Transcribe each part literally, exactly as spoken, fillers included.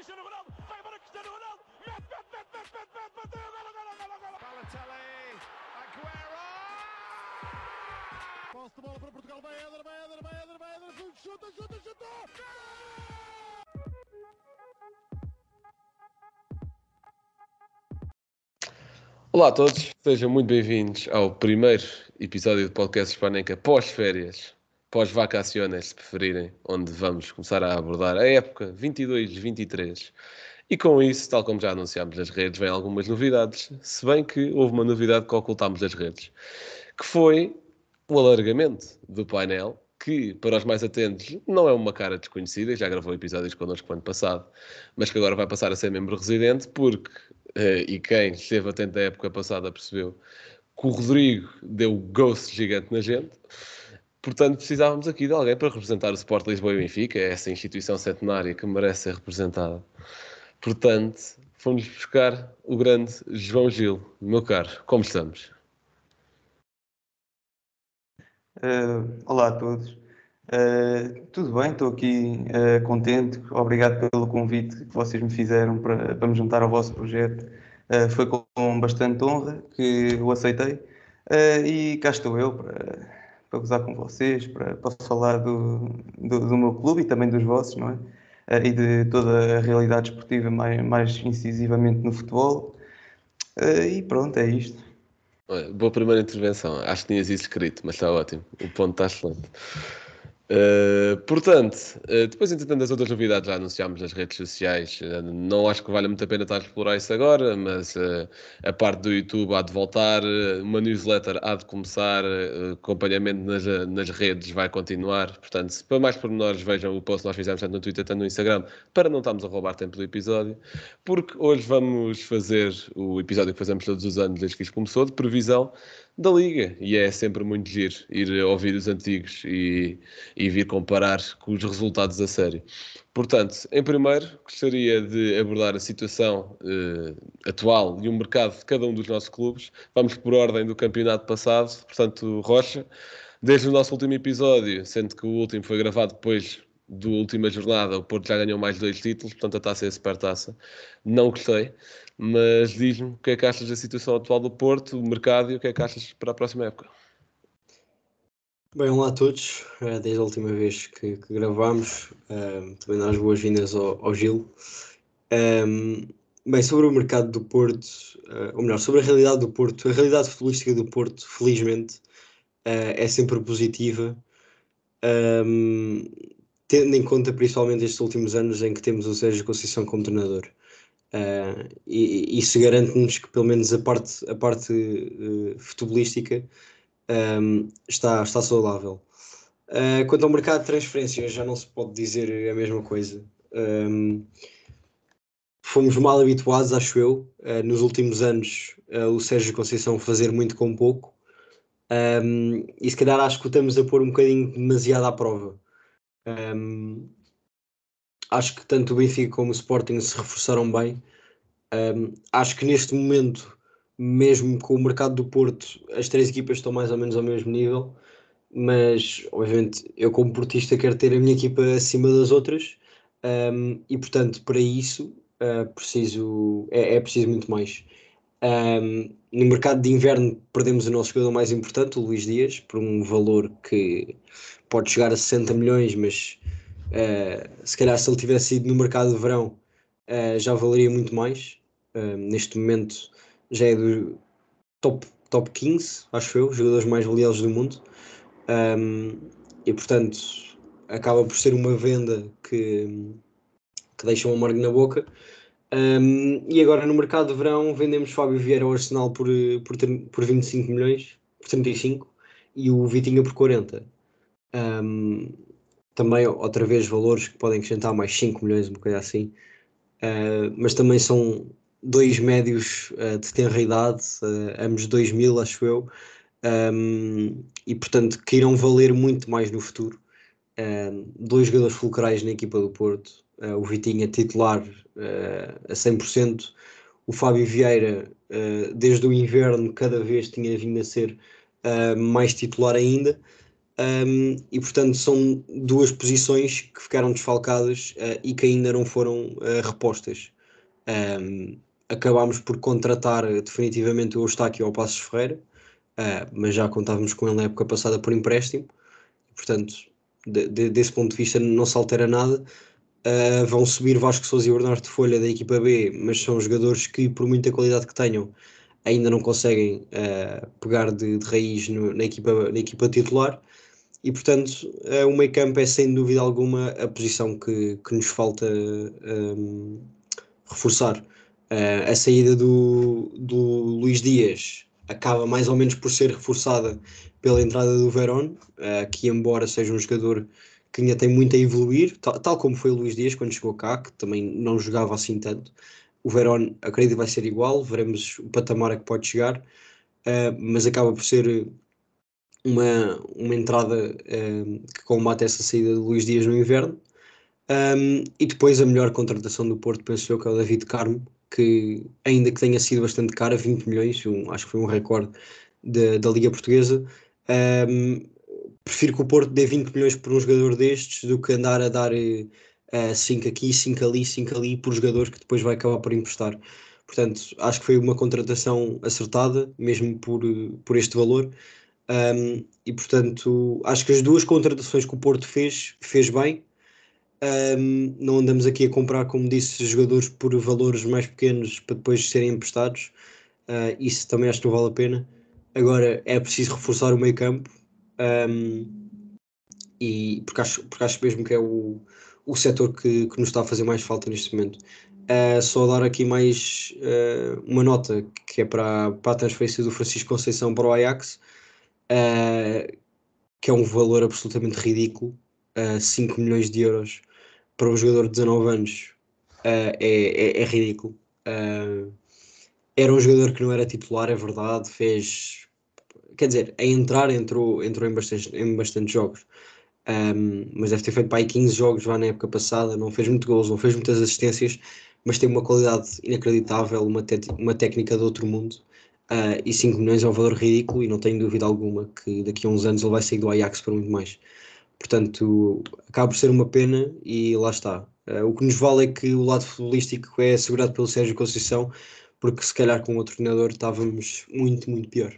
Cristiano Ronaldo, vai embora Cristiano Ronaldo, mete, mete, mete, mete, mete, mete, bateu, golo, golo, golo, golo. Balotelli, Aguero! Posse de bola para Portugal, vai Éder, vai Éder, vai Éder, vai Éder, chuta, chuta, chuta! Olá a todos, sejam muito bem-vindos ao primeiro episódio do podcast Hispaneca pós-férias, pós-vacaciones, se preferirem, onde vamos começar a abordar a época vinte e dois vinte e três. E com isso, tal como já anunciámos nas redes, vêm algumas novidades, se bem que houve uma novidade que ocultámos das redes, que foi o alargamento do painel, que, para os mais atentos, não é uma cara desconhecida, já gravou episódios connosco no ano passado, mas que agora vai passar a ser membro residente, porque, eh, e quem esteve atento à época passada percebeu, que o Rodrigo deu um ghost gigante na gente. Portanto, precisávamos aqui de alguém para representar o Sport Lisboa e Benfica, essa instituição centenária que merece ser representada. Portanto, fomos buscar o grande João Gil. Meu caro, como estamos? Uh, olá a todos. Uh, tudo bem, estou aqui uh, contente. Obrigado pelo convite que vocês me fizeram para, para me juntar ao vosso projeto. Uh, foi com bastante honra que o aceitei. Uh, e cá estou eu para, para gozar com vocês, para, para falar do, do, do meu clube e também dos vossos, não é? Uh, e de toda a realidade esportiva mais, mais incisivamente no futebol. Uh, e pronto, é isto. Boa primeira intervenção. Acho que tinhas isso escrito, mas está ótimo. O ponto está excelente. Uh, portanto, uh, depois, entretanto, as outras novidades já anunciámos nas redes sociais. Uh, não acho que vale muito a pena estar a explorar isso agora, mas uh, a parte do YouTube há de voltar, uh, uma newsletter há de começar, uh, acompanhamento nas, nas redes vai continuar. Portanto, se para mais pormenores, vejam o post que nós fizemos tanto no Twitter, tanto no Instagram, para não estarmos a roubar tempo do episódio, porque hoje vamos fazer o episódio que fazemos todos os anos desde que isto começou, de previsão da Liga, e é sempre muito giro ir ouvir os antigos e, e vir comparar com os resultados a sério. Portanto, em primeiro, gostaria de abordar a situação eh, atual e o mercado de cada um dos nossos clubes. Vamos por ordem do campeonato passado. Portanto, Rocha, desde o nosso último episódio, sendo que o último foi gravado depois da última jornada, o Porto já ganhou mais dois títulos, portanto a taça é a supertaça. Não gostei, mas diz-me o que é que achas da situação atual do Porto, o mercado, e o que é que achas para a próxima época. Bem, olá a todos, desde a última vez que, que gravámos, um, também dar as boas-vindas ao, ao Gil. Um, bem, sobre o mercado do Porto, uh, ou melhor, sobre a realidade do Porto, a realidade futebolística do Porto, felizmente, uh, é sempre positiva, um, tendo em conta principalmente estes últimos anos em que temos o Sérgio Conceição como treinador. Uh, e, e isso garante-nos que pelo menos a parte, a parte uh, futebolística um, está, está saudável. Uh, quanto ao mercado de transferências, já não se pode dizer a mesma coisa. Um, fomos mal habituados, acho eu, uh, nos últimos anos, uh, o Sérgio Conceição fazer muito com pouco. Um, e se calhar acho que o estamos a pôr um bocadinho demasiado à prova. Um, acho que tanto o Benfica como o Sporting se reforçaram bem. Um, acho que neste momento, mesmo com o mercado do Porto, as três equipas estão mais ou menos ao mesmo nível, mas obviamente eu como portista quero ter a minha equipa acima das outras, um, e portanto para isso uh, preciso, é, é preciso muito mais. Um, no mercado de inverno perdemos o nosso jogador mais importante, o Luís Dias, por um valor que pode chegar a sessenta milhões, mas uh, se calhar se ele tivesse ido no mercado de verão uh, já valeria muito mais. Uh, neste momento já é do top, top quinze, acho eu, jogadores mais valiosos do mundo. Um, e portanto acaba por ser uma venda que, que deixa um amargo na boca. Um, e agora no mercado de verão vendemos Fábio Vieira ao Arsenal por, por, por vinte e cinco milhões, por trinta e cinco, e o Vitinha por quarenta. Um, também outra vez valores que podem acrescentar mais cinco milhões, uma coisa assim. Uh, mas também são dois médios uh, de tenra idade, uh, ambos dois mil, acho eu. Um, e portanto que irão valer muito mais no futuro. Um, dois jogadores fulcrais na equipa do Porto, uh, o Vitinha titular uh, a cem por cento, o Fábio Vieira uh, desde o inverno cada vez tinha vindo a ser uh, mais titular ainda, Um, e portanto são duas posições que ficaram desfalcadas uh, e que ainda não foram uh, repostas. Um, acabámos por contratar definitivamente o Eustáquio ao Passos Ferreira, uh, mas já contávamos com ele na época passada por empréstimo, portanto de, de, desse ponto de vista não se altera nada. Uh, vão subir Vasco Sousa e Bernardo de Folha da equipa B, mas são jogadores que, por muita qualidade que tenham, ainda não conseguem uh, pegar de, de raiz no, na, equipa, na equipa titular. E portanto uh, o meio campo é sem dúvida alguma a posição que, que nos falta um, reforçar. Uh, a saída do, do Luís Dias acaba mais ou menos por ser reforçada pela entrada do Verón, uh, que embora seja um jogador que ainda tem muito a evoluir, tal, tal como foi o Luís Dias quando chegou cá, que também não jogava assim tanto. O Verón acredito que vai ser igual, veremos o patamar a que pode chegar, uh, mas acaba por ser uma, uma entrada uh, que combate essa saída de Luís Dias no inverno. Um, e depois a melhor contratação do Porto, penso eu, que é o David Carmo, que ainda que tenha sido bastante cara, vinte milhões, um, acho que foi um recorde de, da Liga Portuguesa. Um, prefiro que o Porto dê vinte milhões por um jogador destes do que andar a dar uh, cinco aqui, cinco ali, cinco ali por jogadores que depois vai acabar por emprestar. Portanto, acho que foi uma contratação acertada, mesmo por, por este valor. Um, e portanto, acho que as duas contratações que o Porto fez, fez bem. Um, não andamos aqui a comprar, como disse, jogadores por valores mais pequenos para depois serem emprestados. Uh, isso também acho que não vale a pena. Agora é preciso reforçar o meio campo, um, e, porque, acho, porque acho mesmo que é o, o setor que, que nos está a fazer mais falta neste momento. Uh, só dar aqui mais uh, uma nota que é para, para a transferência do Francisco Conceição para o Ajax, uh, que é um valor absolutamente ridículo, uh, cinco milhões de euros para um jogador de dezanove anos, uh, é, é, é ridículo. Uh, era um jogador que não era titular, é verdade, fez, quer dizer, a entrar entrou, entrou em, bastante, em bastantes jogos, um, mas deve ter feito para aí quinze jogos lá na época passada, não fez muito gols, não fez muitas assistências, mas tem uma qualidade inacreditável, uma, uma técnica de outro mundo. Uh, e cinco milhões é um valor ridículo e não tenho dúvida alguma que daqui a uns anos ele vai sair do Ajax para muito mais. Portanto, acaba por ser uma pena e lá está. Uh, o que nos vale é que o lado futebolístico é assegurado pelo Sérgio Conceição, porque se calhar com outro treinador estávamos muito, muito pior.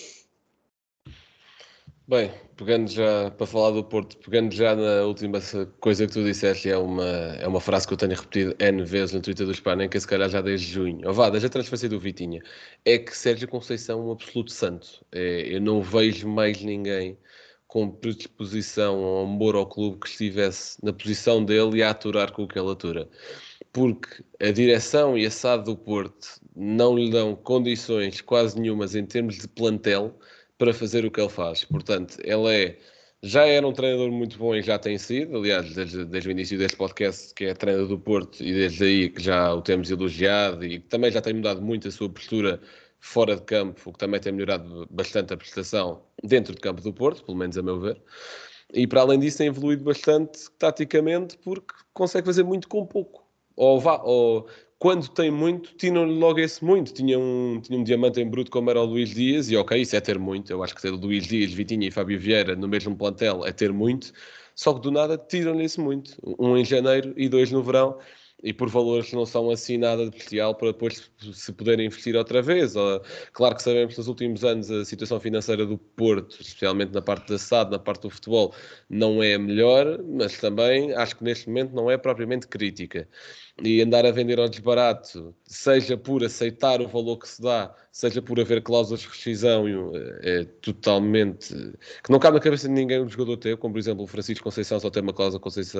Bem, pegando já, para falar do Porto, pegando já na última coisa que tu disseste, é uma, é uma frase que eu tenho repetido N vezes no Twitter do Espanha, que se calhar já desde junho, ou vá, desde a transferência do Vitinha, é que Sérgio Conceição é um absoluto santo. É, eu não vejo mais ninguém com predisposição ou amor ao clube que estivesse na posição dele e a aturar com o que ele atura. Porque a direção e a S A D do Porto não lhe dão condições quase nenhumas em termos de plantel para fazer o que ele faz. Portanto, ele é, já era um treinador muito bom e já tem sido, aliás, desde, desde o início deste podcast, que é treinador do Porto, e desde aí que já o temos elogiado e também já tem mudado muito a sua postura fora de campo, o que também tem melhorado bastante a prestação dentro de campo do Porto, pelo menos a meu ver. E para além disso tem evoluído bastante taticamente porque consegue fazer muito com pouco. Ou, vá, ou quando tem muito, tinham logo esse muito. Tinha um, tinha um diamante em bruto como era o Luís Dias, e ok, isso é ter muito. Eu acho que ter o Luís Dias, Vitinha e Fábio Vieira no mesmo plantel é ter muito. Só que do nada tiram-lhe esse muito. Um em janeiro e dois no verão. E por valores que não são assim nada de bestial para depois se poderem investir outra vez. Claro que sabemos que nos últimos anos a situação financeira do Porto, especialmente na parte da S A D, na parte do futebol, não é a melhor, mas também acho que neste momento não é propriamente crítica. E andar a vender ao desbarato, seja por aceitar o valor que se dá, seja por haver cláusulas de rescisão, é totalmente... que não cabe na cabeça de ninguém um jogador ter, como por exemplo o Francisco Conceição só tem uma cláusula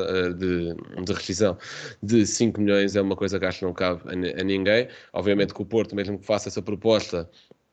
de, de rescisão de cinco milhões, é uma coisa que acho que não cabe a, a ninguém. Obviamente que o Porto, mesmo que faça essa proposta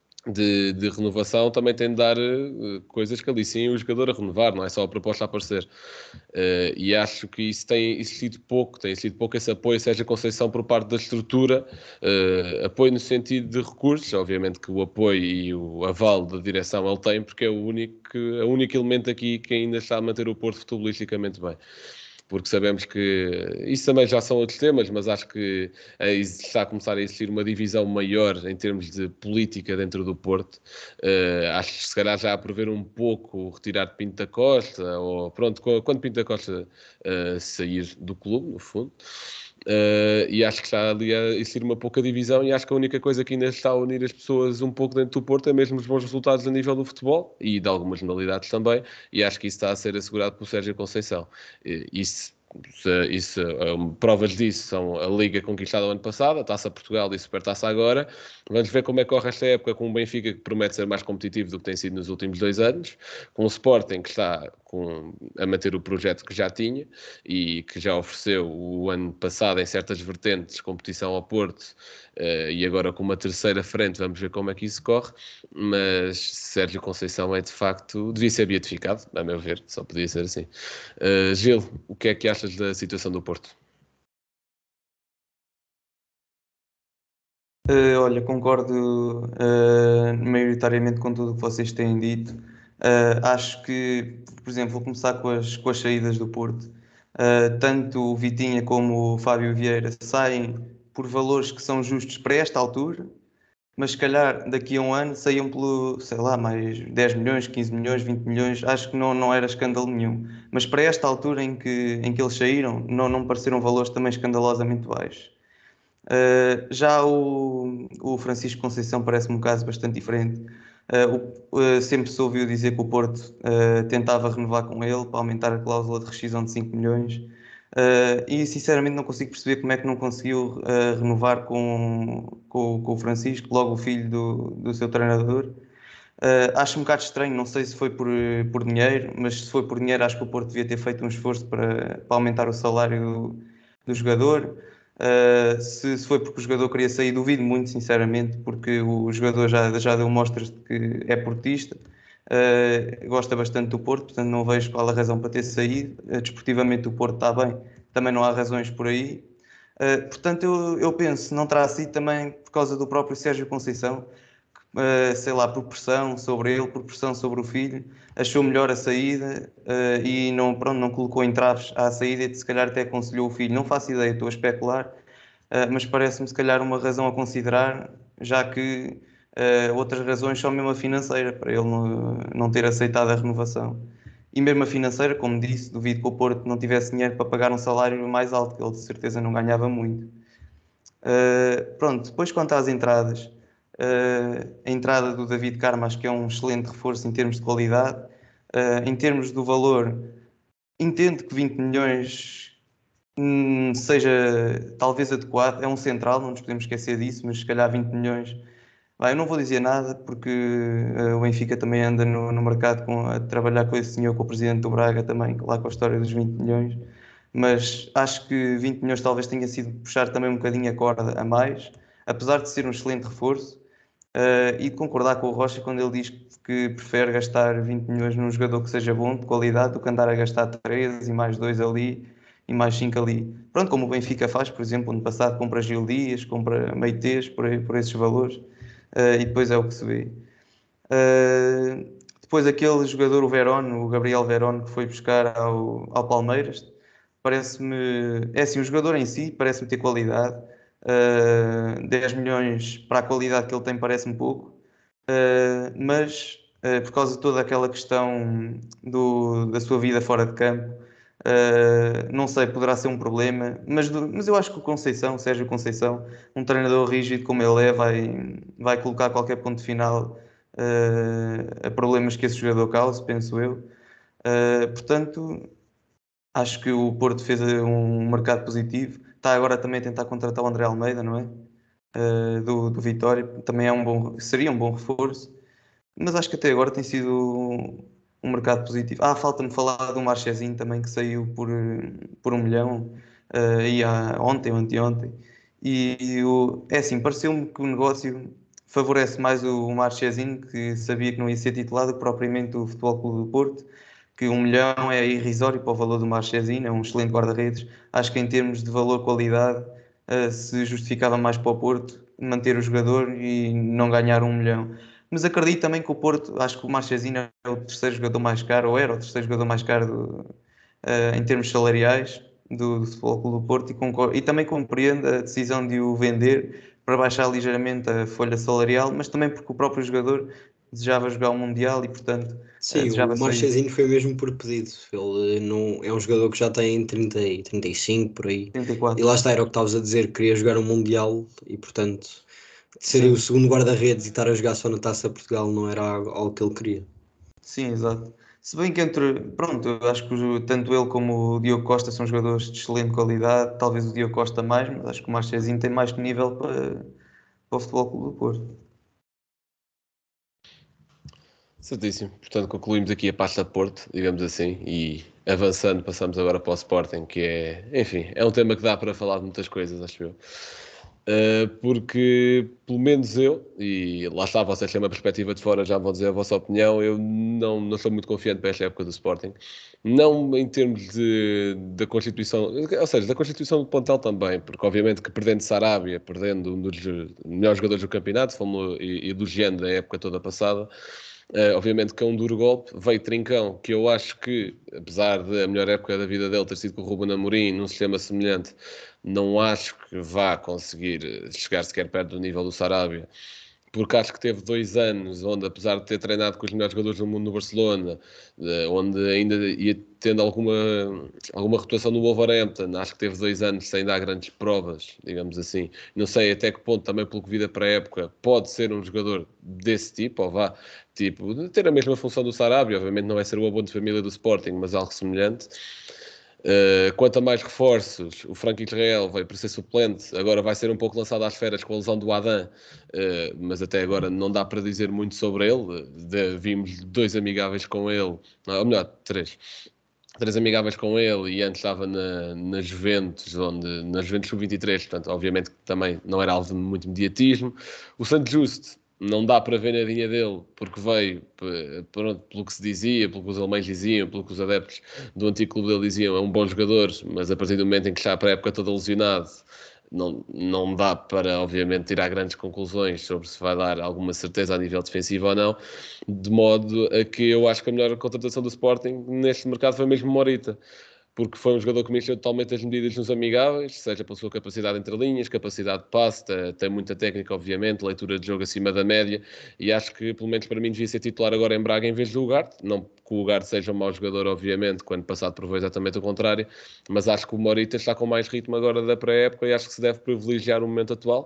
De, de renovação, também tem de dar uh, coisas que ali sim o jogador a renovar, não é só a proposta a aparecer. Uh, e acho que isso tem existido pouco, tem existido pouco esse apoio, seja Conceição por parte da estrutura, uh, apoio no sentido de recursos, obviamente que o apoio e o aval da direção ele tem, porque é o único, é o único elemento aqui que ainda está a manter o Porto futebolisticamente bem. porque sabemos que isso também já são outros temas, mas acho que está a começar a existir uma divisão maior em termos de política dentro do Porto. Uh, acho que se calhar já a prever um pouco o retirar de Pinto da Costa, ou pronto, quando Pinto da Costa uh, sair do clube, no fundo. Uh, e acho que está ali a existir uma pouca divisão, e acho que a única coisa que ainda está a unir as pessoas um pouco dentro do Porto é mesmo os bons resultados a nível do futebol e de algumas modalidades também, e acho que isso está a ser assegurado pelo Sérgio Conceição. E, isso, isso, um, provas disso são a Liga conquistada o ano passado, a Taça Portugal e a Supertaça agora. Vamos ver como é que corre esta época com o Benfica, que promete ser mais competitivo do que tem sido nos últimos dois anos, com o Sporting, que está com, a manter o projeto que já tinha e que já ofereceu o ano passado em certas vertentes competição ao Porto, uh, e agora com uma terceira frente. Vamos ver como é que isso corre, mas Sérgio Conceição é de facto, devia ser beatificado, a meu ver, só podia ser assim. Uh, Gil, o que é que achas da situação do Porto? Uh, olha, concordo uh, maioritariamente com tudo o que vocês têm dito. Uh, acho que, por exemplo, vou começar com as, com as saídas do Porto. Uh, tanto o Vitinha como o Fábio Vieira saem por valores que são justos para esta altura, mas se calhar daqui a um ano saíam pelo, sei lá, mais dez milhões, quinze milhões, vinte milhões. Acho que não, não era escândalo nenhum. Mas para esta altura em que, em que eles saíram, não, não me pareceram valores também escandalosamente baixos. Uh, já o, o Francisco Conceição parece-me um caso bastante diferente. Uh, o, uh, sempre se ouviu dizer que o Porto uh, tentava renovar com ele para aumentar a cláusula de rescisão de cinco milhões, uh, e sinceramente não consigo perceber como é que não conseguiu uh, renovar com, com, com o Francisco, logo o filho do, do seu treinador. Uh, acho um bocado estranho, não sei se foi por, por dinheiro, mas se foi por dinheiro, acho que o Porto devia ter feito um esforço para, para aumentar o salário do, do jogador. Uh, se, se foi porque o jogador queria sair, duvido muito, sinceramente, porque o jogador já, já deu mostras de que é portista, uh, gosta bastante do Porto, portanto não vejo qual a razão para ter saído. Uh, desportivamente o Porto está bem, também não há razões por aí. Uh, portanto, eu, eu penso, não terá sido também por causa do próprio Sérgio Conceição, Uh, sei lá, por pressão sobre ele, por pressão sobre o filho, achou melhor a saída, uh, e não, pronto, não colocou entraves à saída, e se calhar até aconselhou o filho. Não faço ideia, estou a especular, uh, mas parece-me se calhar uma razão a considerar, já que uh, outras razões são mesmo a financeira, para ele não, não ter aceitado a renovação. E mesmo a financeira, como disse, duvido que o Porto não tivesse dinheiro para pagar um salário mais alto, que ele de certeza não ganhava muito. Uh, pronto, depois quanto às entradas, Uh, a entrada do David Carmo acho que é um excelente reforço em termos de qualidade. Uh, em termos do valor, entendo que vinte milhões hum, seja talvez adequado. É um central, não nos podemos esquecer disso, mas se calhar vinte milhões. Vai, eu não vou dizer nada porque uh, o Benfica também anda no, no mercado com, a trabalhar com esse senhor, com o presidente do Braga também, lá com a história dos vinte milhões. Mas acho que vinte milhões talvez tenha sido puxar também um bocadinho a corda a mais, apesar de ser um excelente reforço. Uh, e de concordar com o Rocha quando ele diz que prefere gastar vinte milhões num jogador que seja bom, de qualidade, do que andar a gastar três e mais dois ali e mais cinco ali. Pronto, como o Benfica faz, por exemplo, ano passado compra Gil Dias, compra Meitês por, por esses valores, uh, e depois é o que se vê. Uh, depois aquele jogador, o Verón, o Gabriel Verón, que foi buscar ao, ao Palmeiras, parece-me, é assim, o jogador em si parece-me ter qualidade. Uh, dez milhões para a qualidade que ele tem parece-me pouco, uh, mas uh, por causa de toda aquela questão do, da sua vida fora de campo, uh, não sei, poderá ser um problema, mas, do, mas eu acho que o Conceição, o Sérgio Conceição, um treinador rígido como ele é, vai, vai colocar qualquer ponto final uh, a problemas que esse jogador cause, penso eu. Uh, portanto, acho que o Porto fez um mercado positivo. Está agora também a tentar contratar o André Almeida, não é? Uh, do, do Vitória. Também é um bom, seria um bom reforço. Mas acho que até agora tem sido um mercado positivo. Ah, falta-me falar do Marchezinho também, que saiu por, por um milhão uh, e há, ontem ou anteontem. E, e o, é assim, pareceu-me que o negócio favorece mais o Marchezinho, que sabia que não ia ser titulado, que propriamente o Futebol Clube do Porto, que um milhão é irrisório para o valor do Marchezinho, é um excelente guarda-redes. Acho que em termos de valor-qualidade uh, se justificava mais para o Porto manter o jogador e não ganhar um milhão. Mas acredito também que o Porto, acho que o Marchezinho é o terceiro jogador mais caro, ou era o terceiro jogador mais caro do, uh, em termos salariais do, do Futebol Clube do Porto e, concordo, e também compreendo a decisão de o vender para baixar ligeiramente a folha salarial, mas também porque o próprio jogador desejava jogar o Mundial e, portanto, uh, Sim, desejava o sair. Marchezinho foi mesmo por pedido. Ele não, é um jogador que já tem trinta e trinta e cinco por aí. trinta e E quatro. lá está, era o que estavas a dizer, queria jogar um Mundial e, portanto, ser Sim. o segundo guarda-redes e estar a jogar só na Taça Portugal não era algo, algo que ele queria. Sim, exato. Se bem que entre, pronto, eu acho que o- tanto ele como o Diogo Costa são jogadores de excelente qualidade, talvez o Diogo Costa mais, mas acho que o Marchezinho tem mais nível para, para o Futebol Clube do Porto. Certíssimo. Portanto, concluímos aqui a pasta de Porto, digamos assim, e avançando, passamos agora para o Sporting, que é, enfim, é um tema que dá para falar de muitas coisas, acho eu. Uh, porque, pelo menos eu, e lá está, vocês têm uma perspectiva de fora, já vão dizer a vossa opinião, eu não, não sou muito confiante para esta época do Sporting. Não em termos de, da constituição, ou seja, da constituição do plantel também, porque obviamente que perdendo Sarabia, perdendo um dos melhores jogadores do campeonato, fomos e, e do Giano da época toda passada, Uh, obviamente que é um duro golpe. Veio Trincão, que eu acho que, apesar da melhor época da vida dele ter sido com o Ruben Amorim, num sistema semelhante, não acho que vá conseguir chegar sequer perto do nível do Sarabia, porque acho que teve dois anos onde, apesar de ter treinado com os melhores jogadores do mundo no Barcelona, onde ainda ia tendo alguma, alguma rotação no Wolverhampton, acho que teve dois anos sem dar grandes provas, digamos assim. Não sei até que ponto, também pelo que vi para a época, pode ser um jogador desse tipo, ou vá, tipo, de ter a mesma função do Sarabia. Obviamente não vai ser o abono de família do Sporting, mas algo semelhante. Uh, quanto a mais reforços, o Franco Israel veio para ser suplente, agora vai ser um pouco lançado às feras com a lesão do Adam, uh, mas até agora não dá para dizer muito sobre ele. De, vimos dois amigáveis com ele, ou melhor, três. Três amigáveis com ele, e antes estava na, na Juventus, onde, na Juventus sub vinte e três, portanto, obviamente que também não era alvo de muito mediatismo. O Santo Justo, não dá para ver na linha dele, porque veio, pronto, pelo que se dizia, pelo que os alemães diziam, pelo que os adeptos do antigo clube dele diziam, é um bom jogador, mas a partir do momento em que está para a época toda lesionado, não, não dá para, obviamente, tirar grandes conclusões sobre se vai dar alguma certeza a nível defensivo ou não, de modo a que eu acho que a melhor contratação do Sporting neste mercado foi mesmo Morita, porque foi um jogador que mexeu totalmente as medidas nos amigáveis, seja pela sua capacidade entre linhas, capacidade de passe, tem muita técnica, obviamente, leitura de jogo acima da média, e acho que, pelo menos para mim, devia ser titular agora em Braga em vez do Ugarte. Não que o Ugarte seja um mau jogador, obviamente, quando passado provou exatamente o contrário, mas acho que o Morita está com mais ritmo agora da pré-época e acho que se deve privilegiar o momento atual.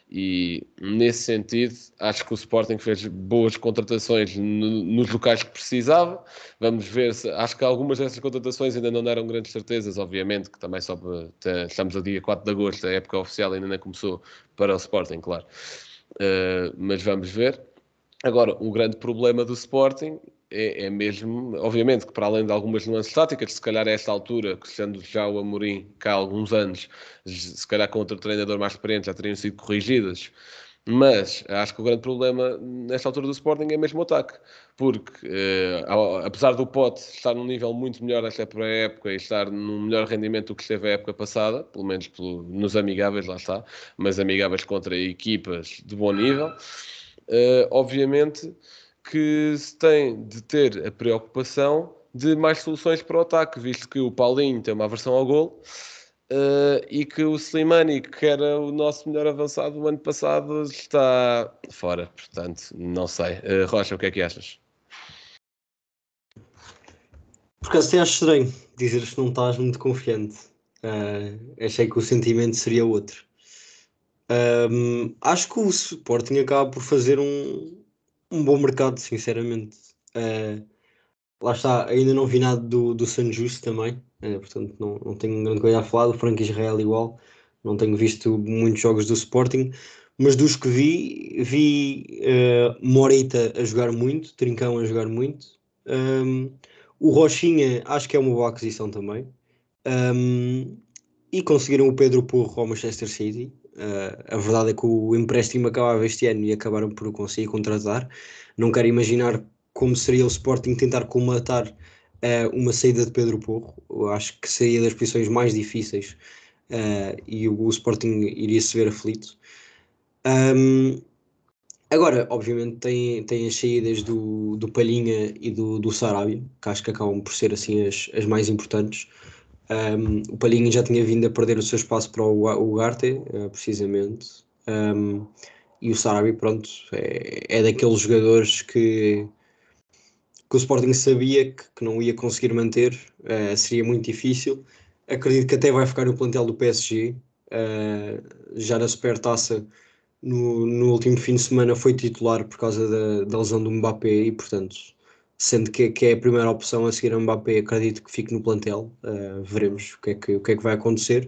E nesse sentido, acho que o Sporting fez boas contratações no, nos locais que precisava. Vamos ver se. Acho que algumas dessas contratações ainda não deram grandes certezas, obviamente, que também só para, estamos a dia quatro de agosto, a época oficial ainda não começou para o Sporting, claro. Uh, mas vamos ver. Agora, o grande problema do Sporting é, é mesmo, obviamente, que para além de algumas nuances táticas, se calhar a esta altura, que sendo já o Amorim cá há alguns anos, se calhar com outro treinador mais experiente já teriam sido corrigidas. Mas acho que o grande problema nesta altura do Sporting é mesmo o ataque, porque eh, apesar do Pote estar num nível muito melhor esta época e estar num melhor rendimento do que esteve a época passada, pelo menos pelo, nos amigáveis, lá está, mas amigáveis contra equipas de bom nível, uh, obviamente que se tem de ter a preocupação de mais soluções para o ataque, visto que o Paulinho tem uma aversão ao golo. Uh, e que o Slimani, que era o nosso melhor avançado do ano passado, está fora. Portanto, não sei. Uh, Rocha, o que é que achas? Por acaso até acho estranho dizeres que não estás muito confiante. Uh, achei que o sentimento seria outro. Um, acho que o Sporting acaba por fazer um, um bom mercado, sinceramente. Uh, lá está, ainda não vi nada do, do San Justo também, uh, portanto não, não tenho grande coisa a falar. Do Franco Israel igual, não tenho visto muitos jogos do Sporting, mas dos que vi, vi uh, Morita a jogar muito, Trincão a jogar muito. Um, o Rochinha acho que é uma boa aquisição também. Um, e conseguiram o Pedro Porro ao Manchester City. Uh, a verdade é que o empréstimo acabava este ano e acabaram por conseguir contratar. Não quero imaginar como seria o Sporting tentar colmatar uh, uma saída de Pedro Porro. Eu acho que seria das posições mais difíceis uh, e o, o Sporting iria se ver aflito. Um, Agora, obviamente, tem, tem as saídas do, do Palhinha e do, do Sarabia, que acho que acabam por ser assim as, as mais importantes. Um, o Palhinha já tinha vindo a perder o seu espaço para o, o Ugarte, uh, precisamente. Um, e o Sarabia, pronto, é, é daqueles jogadores que, que o Sporting sabia que, que não ia conseguir manter, uh, seria muito difícil. Acredito que até vai ficar no plantel do P S G, uh, já na Supertaça. No, no último fim de semana foi titular por causa da, da lesão do Mbappé e, portanto, sendo que, que é a primeira opção a seguir a Mbappé, acredito que fique no plantel. Uh, veremos o que, é que, o que é que vai acontecer.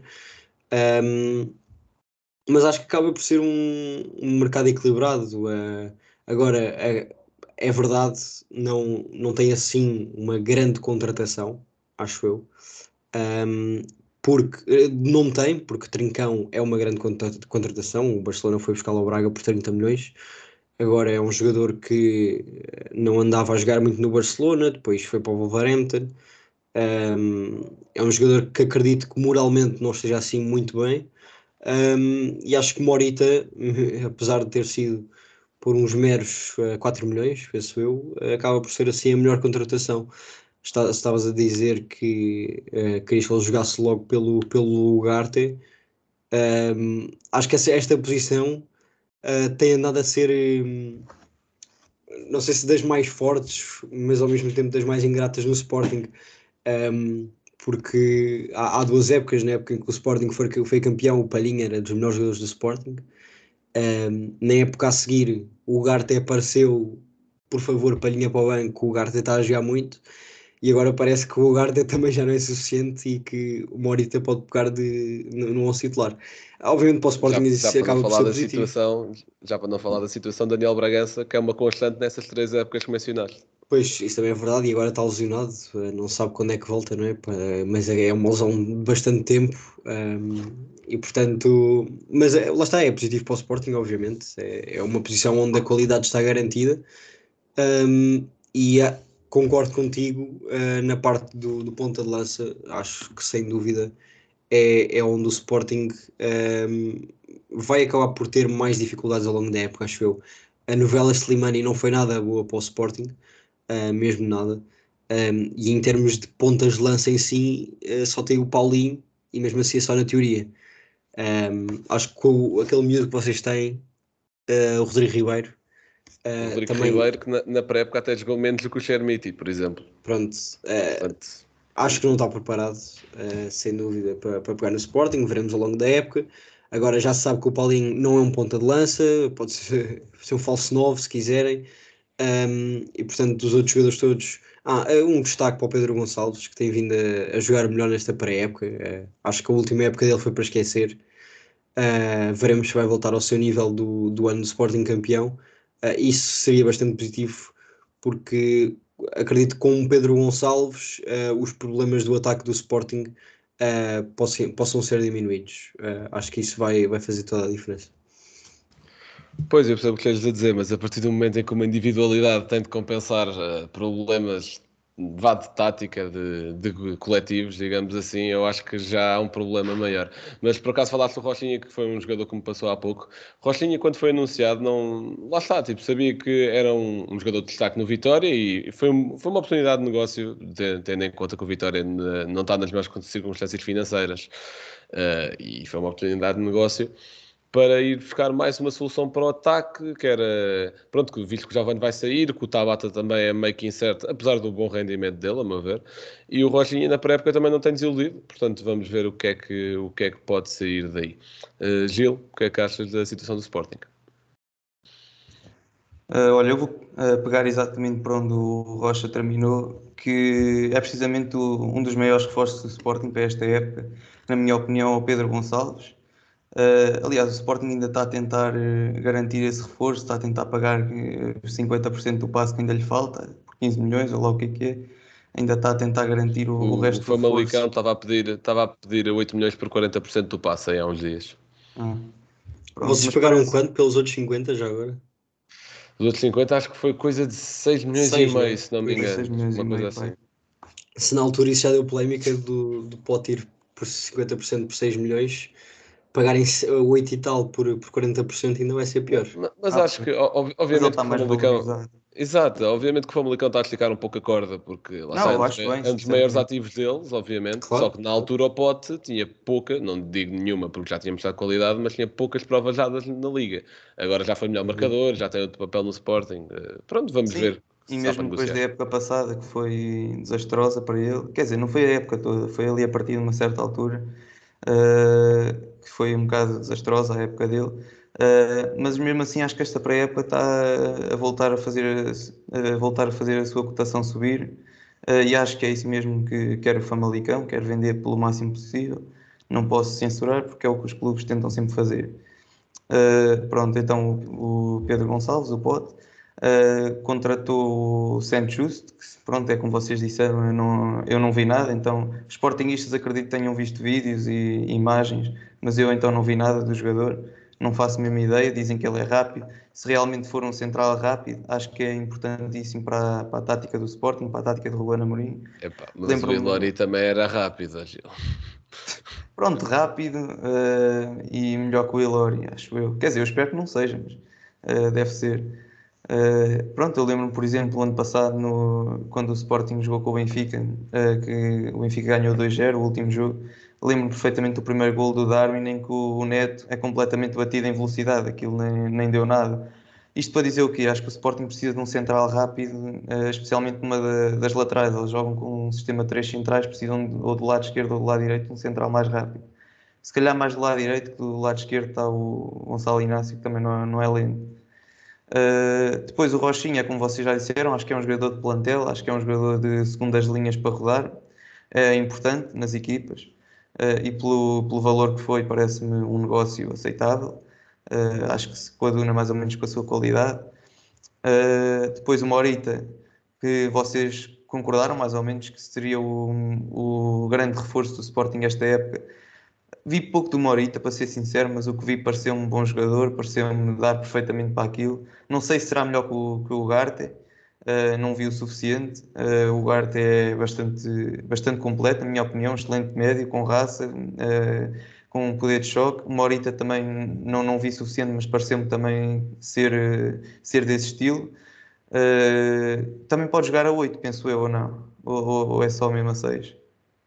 Um, mas acho que acaba por ser um, um mercado equilibrado. Uh, agora, é, é verdade, não, não tem assim uma grande contratação, acho eu. Um, porque eh, não tem, porque Trincão é uma grande contra- contratação. O Barcelona foi buscar ao Braga por trinta milhões. Agora é um jogador que eh, não andava a jogar muito no Barcelona, depois foi para o Wolverhampton. Um, é um jogador que acredito que moralmente não esteja assim muito bem. Um, e acho que Morita, apesar de ter sido por uns meros uh, quatro milhões, penso eu, acaba por ser assim a melhor contratação. Está- Estavas a dizer que uh, querias que ele jogasse logo pelo, pelo Ugarte. Um, acho que essa, esta posição uh, tem andado a ser, um, não sei se das mais fortes, mas ao mesmo tempo das mais ingratas no Sporting. Um, porque há, há duas épocas, na época em que o Sporting foi, foi campeão, o Palhinha era dos melhores jogadores do Sporting. Um, na época a seguir, o Ugarte apareceu, por favor, Palhinha para o banco, o Ugarte está a jogar muito. E agora parece que o Ugarte também já não é suficiente e que o Morita pode pegar de, no, no onze titular. Obviamente para o Sporting Já, já isso para não acaba por falar ser da positivo. situação, já para não falar da situação de Daniel Bragança, que é uma constante nessas três épocas que mencionaste. Pois, isso também é verdade, e agora está lesionado, eh, não sabe quando é que volta, não é? Pá, mas é uma lesão de bastante tempo, ehm, e portanto, mas é- lá está, é positivo para o Sporting, obviamente, é, é uma posição onde a qualidade está garantida, ehm, e ah, concordo contigo, eh, na parte do, do ponta de lança, acho que sem dúvida é, é onde o Sporting ehm, vai acabar por ter mais dificuldades ao longo da época, acho eu. A novela Slimani não foi nada boa para o Sporting, uh, mesmo nada. Um, e em termos de pontas de lança em si, uh, só tem o Paulinho e mesmo assim é só na teoria. Um, acho que o, aquele miúdo que vocês têm, uh, o Rodrigo Ribeiro, O uh, Rodrigo também, Ribeiro, que na, na pré-época até jogou menos do que o Chermiti, por exemplo. pronto, uh, Portanto, acho que não está preparado, uh, sem dúvida, para, para pegar no Sporting. Veremos ao longo da época. Agora já se sabe que o Paulinho não é um ponta de lança, pode ser, ser um falso nove se quiserem. Um, e portanto, dos outros jogadores todos, ah, um destaque para o Pedro Gonçalves, que tem vindo a, a jogar melhor nesta pré-época. Uh, acho que a última época dele foi para esquecer. Uh, veremos se vai voltar ao seu nível do, do ano do Sporting campeão. Uh, isso seria bastante positivo, porque acredito que com o Pedro Gonçalves uh, os problemas do ataque do Sporting uh, possam, possam ser diminuídos. Uh, acho que isso vai, vai fazer toda a diferença. pois, eu percebo o que queres dizer, mas a partir do momento em que uma individualidade tem de compensar uh, problemas vá de tática de, de coletivos, digamos assim, eu acho que já há um problema maior. Mas por acaso falaste do Rochinha, que foi um jogador que me passou há pouco. Rochinha, quando foi anunciado, não. Lá está, tipo, sabia que era um, um jogador de destaque no Vitória e foi, um- foi uma oportunidade de negócio, de- tendo em conta que o Vitória n- não está nas melhores circunstâncias financeiras. Uh, e foi uma oportunidade de negócio para ir buscar mais uma solução para o ataque, que era, pronto, que visto que o Giovane vai sair, que o Tabata também é meio que incerto, apesar do bom rendimento dele, a meu ver, e o Rochinha na pré-época também não tem desiludido, portanto vamos ver o que é que, o que, é que pode sair daí. Uh, Gil, o que é que achas da situação do Sporting? Uh, olha, eu vou uh, pegar exatamente por onde o Rocha terminou, que é precisamente o- um dos maiores reforços do Sporting para esta época, na minha opinião, é o Pedro Gonçalves. Uh, aliás, o Sporting ainda está a tentar uh, garantir esse reforço, está a tentar pagar uh, os cinquenta por cento do passe que ainda lhe falta, por quinze milhões, ou lá o que é que é. Ainda está a tentar garantir o, o O, o resto do Famalicão reforço. estava a pedir, estava a pedir oito milhões por quarenta por cento do passe aí há uns dias. Ah, pronto, Vocês mas pagaram parece quanto pelos outros cinquenta já agora? Os outros cinquenta acho que foi coisa de seis milhões e Seis, não meio, é? se não me foi Pois. seis engano, milhões e uma coisa meio, pai. assim. Se na altura isso já deu polémica do, do Pote ir por cinquenta por cento por seis milhões, pagarem oito e tal por, por quarenta por cento ainda vai ser pior. Mas, mas Ah, acho que, o- ob- Mas ele obviamente, está que o mais Famalicão. valorizado. Exato, obviamente que o Famalicão está a esticar um pouco a corda, porque lá Não, está, é eu um dos, acho ma- bem, é um dos maiores sinceramente. ativos deles, obviamente. Só Claro, que na altura o Pote tinha pouca, não digo nenhuma, porque já tinha mostrado qualidade, mas tinha poucas provas dadas na Liga. Agora já foi melhor Uhum. marcador, já tem outro papel no Sporting. Eh, Pronto, vamos Sim, ver e se dá para mesmo depois da negociar. época passada, que foi desastrosa para ele, quer dizer, não foi a época toda, foi ali a partir de uma certa altura, eh, que foi um bocado desastrosa a época dele. Eh, mas mesmo assim acho que esta pré-época está a voltar a fazer a voltar a fazer a sua cotação subir. Eh, e acho que é isso mesmo que quer o Famalicão, quer vender pelo máximo possível. Não posso censurar porque é o que os clubes tentam sempre fazer. Uh, pronto, então o, o Pedro Gonçalves, o Pote, uh, contratou o Santos Justo, que pronto, é como vocês disseram, eu não, eu não vi nada, então os sportinguistas acredito que tenham visto vídeos e imagens, mas eu então não vi nada do jogador, não faço a mesma ideia, dizem que ele é rápido. Se realmente for um central rápido, acho que é importantíssimo para, a- para a tática do Sporting, para a tática de Ruben Amorim. Epá, mas o Lembro-me, Ilori também era rápido, Gil. pronto, rápido, eh, e melhor que o Ilori, acho eu. Quer dizer, eu espero que não seja, mas eh, deve ser. Eh, pronto, eu lembro-me, por exemplo, ano passado, no, quando o Sporting jogou com o Benfica, eh, que o Benfica ganhou dois zero, o último jogo. Lembro-me perfeitamente do primeiro gol do Darwin, em que o, o Neto é completamente batido em velocidade, aquilo nem, nem deu nada. Isto para dizer o quê? Acho que o Sporting precisa de um central rápido, eh, especialmente numa da- das laterais. Eles jogam com um sistema de três centrais, precisam de, ou do lado esquerdo ou do lado direito de um central mais rápido. Se calhar mais do lado direito, que do lado esquerdo está o Gonçalo Inácio, que também não, é- não é lento. Uh, depois o Rochinha, como vocês já disseram, acho que é um jogador de plantel, acho que é um jogador de segundas linhas para rodar, é importante nas equipas, uh, e pelo, pelo valor que foi, parece-me um negócio aceitável. Uh, acho que se coaduna mais ou menos com a sua qualidade. Uh, depois o Morita, que vocês concordaram mais ou menos que seria o, o grande reforço do Sporting esta época. Vi pouco do Morita, para ser sincero, mas o que vi pareceu-me um bom jogador, pareceu-me dar perfeitamente para aquilo. Não sei se será melhor que o, que o Ugarte, uh, não vi o suficiente. Uh, o Ugarte é bastante, bastante completo, na minha opinião, excelente médio, com raça, uh, com um poder de choque. O Morita também não, não vi suficiente, mas pareceu-me também ser, uh, ser desse estilo. Uh, também pode jogar a oito, penso eu, ou não? Ou, ou, ou é só mesmo a seis?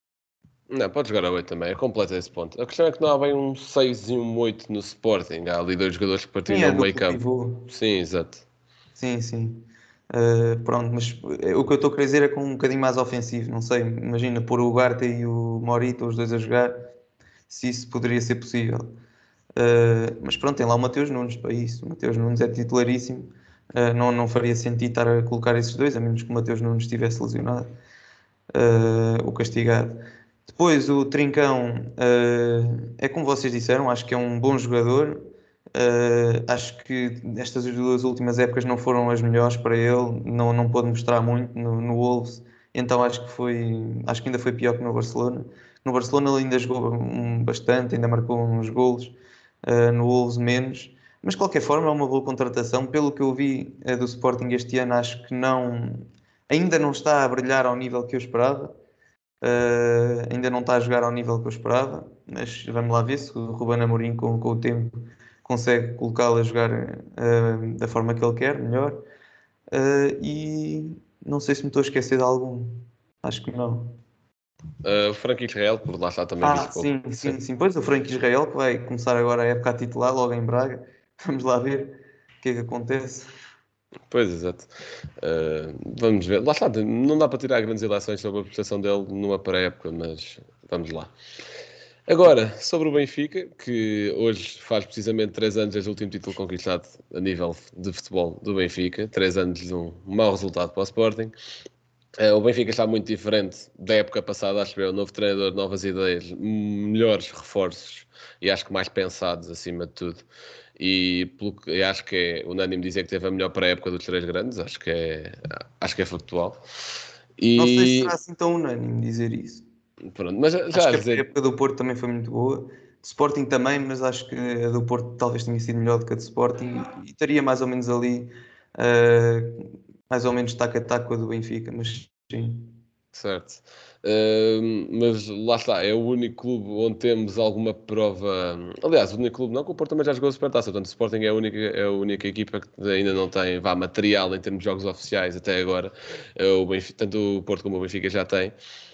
Não, pode jogar a oito também, é completo esse ponto. A questão é que não há bem um seis e um oito no Sporting. Há ali dois jogadores que Sim, partilham é o meio duplo campo. pivô. Sim, exato. Sim, sim. Uh, pronto, mas uh, o que eu estou a querer dizer é com um bocadinho mais ofensivo. Não sei, imagina pôr o Ugarte e o Morita, os dois a jogar, se isso poderia ser possível. Uh, mas pronto, tem lá o Mateus Nunes para isso. O Mateus Nunes é titularíssimo. Uh, não, não faria sentido estar a colocar esses dois, a menos que o Mateus Nunes estivesse lesionado, uh, ou castigado. Depois o Trincão, uh, é como vocês disseram, acho que é um bom jogador. Uh, acho que estas duas últimas épocas não foram as melhores para ele, não, não pôde mostrar muito no, no Wolves, então acho que foi, acho que ainda foi pior que no Barcelona. No Barcelona ele ainda jogou um, bastante, ainda marcou uns golos, uh, no Wolves menos, mas de qualquer forma é uma boa contratação. Pelo que eu vi uh, do Sporting este ano, acho que não, ainda não está a brilhar ao nível que eu esperava. Uh, ainda não está a jogar ao nível que eu esperava, mas vamos lá ver se o Ruben Amorim com, com o tempo consegue colocá-lo a jogar uh, da forma que ele quer, melhor. Uh, e não sei se me estou a esquecer de algum. Acho que não. Uh, o Frank Israel, por lá está, também Ah, visto pouco. sim, Sim. sim, sim. Pois o Frank Israel que vai começar agora a época a titular logo em Braga. Vamos lá ver o que é que acontece. Pois, exato. Uh, vamos ver. Lá está, não dá para tirar grandes ilações sobre a prestação dele numa pré-época, mas vamos lá. Agora, sobre o Benfica, que hoje faz precisamente três anos desde o último título conquistado a nível de futebol do Benfica, três anos de um mau resultado para o Sporting. Uh, o Benfica está muito diferente da época passada, acho eu. Novo treinador, novas ideias, melhores reforços e acho que mais pensados acima de tudo. E pelo que eu acho que é unânime dizer que teve a melhor pré-época dos três grandes, acho que é, acho que é factual. Não sei se será E assim tão unânime dizer isso. pronto, mas já Acho já a que a dizer, época do Porto também foi muito boa. Do Sporting também, mas acho que a do Porto talvez tenha sido melhor do que a do Sporting e, e estaria mais ou menos ali, uh, mais ou menos taco a taco com a do Benfica, mas sim. Certo. Uh, mas lá está, é o único clube onde temos alguma prova. Aliás, o único clube não, que o Porto também já jogou a Supertaça. Portanto, o Sporting é a única, é a única equipa que ainda não tem vá, material em termos de jogos oficiais até agora. O Benfica, tanto o Porto como o Benfica já têm.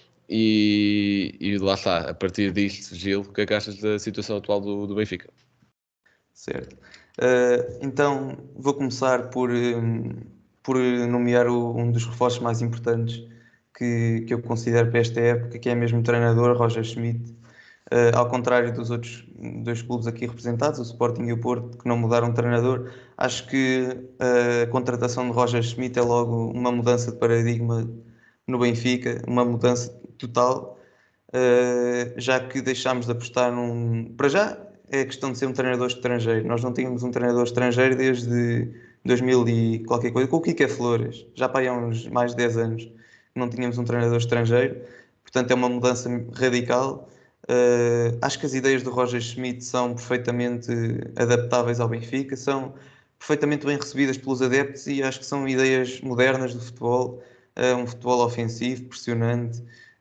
E, e lá está, a partir disto, Gil, o que é que achas da situação atual do, do Benfica? Certo. Uh, então, vou começar por, um, por nomear o, um dos reforços mais importantes que, que eu considero para esta época, que é mesmo o treinador, Roger Schmidt. Uh, ao contrário dos outros dois clubes aqui representados, o Sporting e o Porto, que não mudaram de treinador, acho que a contratação de Roger Schmidt é logo uma mudança de paradigma no Benfica, uma mudança total, uh, já que deixámos de apostar num... Para já, é a questão de ser um treinador estrangeiro. Nós não tínhamos um treinador estrangeiro desde dois mil e qualquer coisa, com o Kike Flores, já para aí há uns mais de dez anos, não tínhamos um treinador estrangeiro, portanto é uma mudança radical. Uh, acho que as ideias do Roger Schmidt são perfeitamente adaptáveis ao Benfica, são perfeitamente bem recebidas pelos adeptos e acho que são ideias modernas do futebol, uh, um futebol ofensivo, pressionante,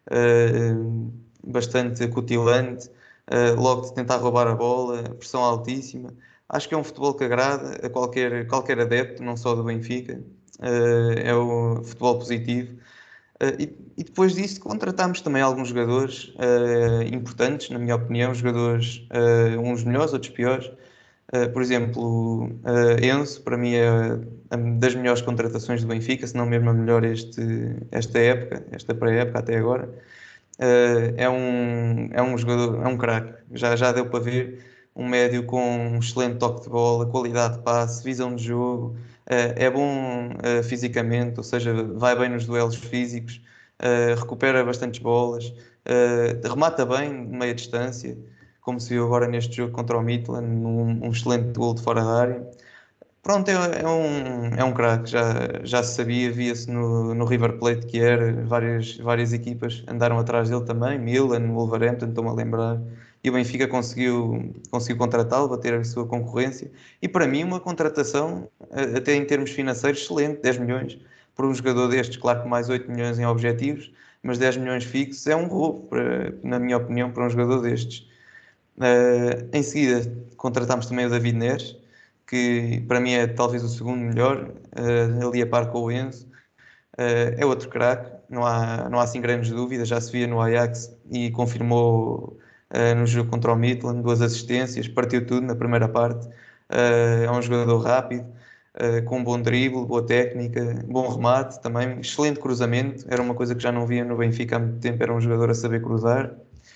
uh, bastante acutilante, uh, logo de tentar roubar a bola, pressão altíssima. Acho que é um futebol que agrada a qualquer, qualquer adepto, não só do Benfica, uh, é o futebol positivo. Uh, e, e depois disso contratámos também alguns jogadores uh, importantes, na minha opinião, jogadores uh, uns melhores, outros piores. Uh, por exemplo, uh, Enzo, para mim é das melhores contratações do Benfica, se não mesmo a melhor este, esta época, esta pré-época até agora. Uh, é, um, é um jogador, é um craque, já, já deu para ver, um médio com um excelente toque de bola, qualidade de passe, visão de jogo, uh, é bom uh, fisicamente, ou seja, vai bem nos duelos físicos, uh, recupera bastantes bolas, uh, remata bem de meia distância, como se viu agora neste jogo contra o Midland, um, um excelente gol de fora da área. Pronto, é, é um, é um craque, já, já se sabia, via-se no, no River Plate que era, várias, várias equipas andaram atrás dele também, Milan, Wolverhampton, estou-me a lembrar, e o Benfica conseguiu, conseguiu contratá-lo, bater a sua concorrência, e para mim uma contratação, até em termos financeiros, excelente, dez milhões, por um jogador destes, claro que mais oito milhões em objetivos, mas dez milhões fixos é um roubo, para, na minha opinião, para um jogador destes. Uh, em seguida, contratámos também o David Neres, que para mim é talvez o segundo melhor, uh, ali a par com o Enzo. Uh, é outro craque, não há, não há assim grandes dúvidas, já se via no Ajax e confirmou uh, no jogo contra o Midland, duas assistências, partiu tudo na primeira parte. Uh, é um jogador rápido, uh, com um bom drible, boa técnica, bom remate também, excelente cruzamento, era uma coisa que já não via no Benfica há muito tempo, era um jogador a saber cruzar.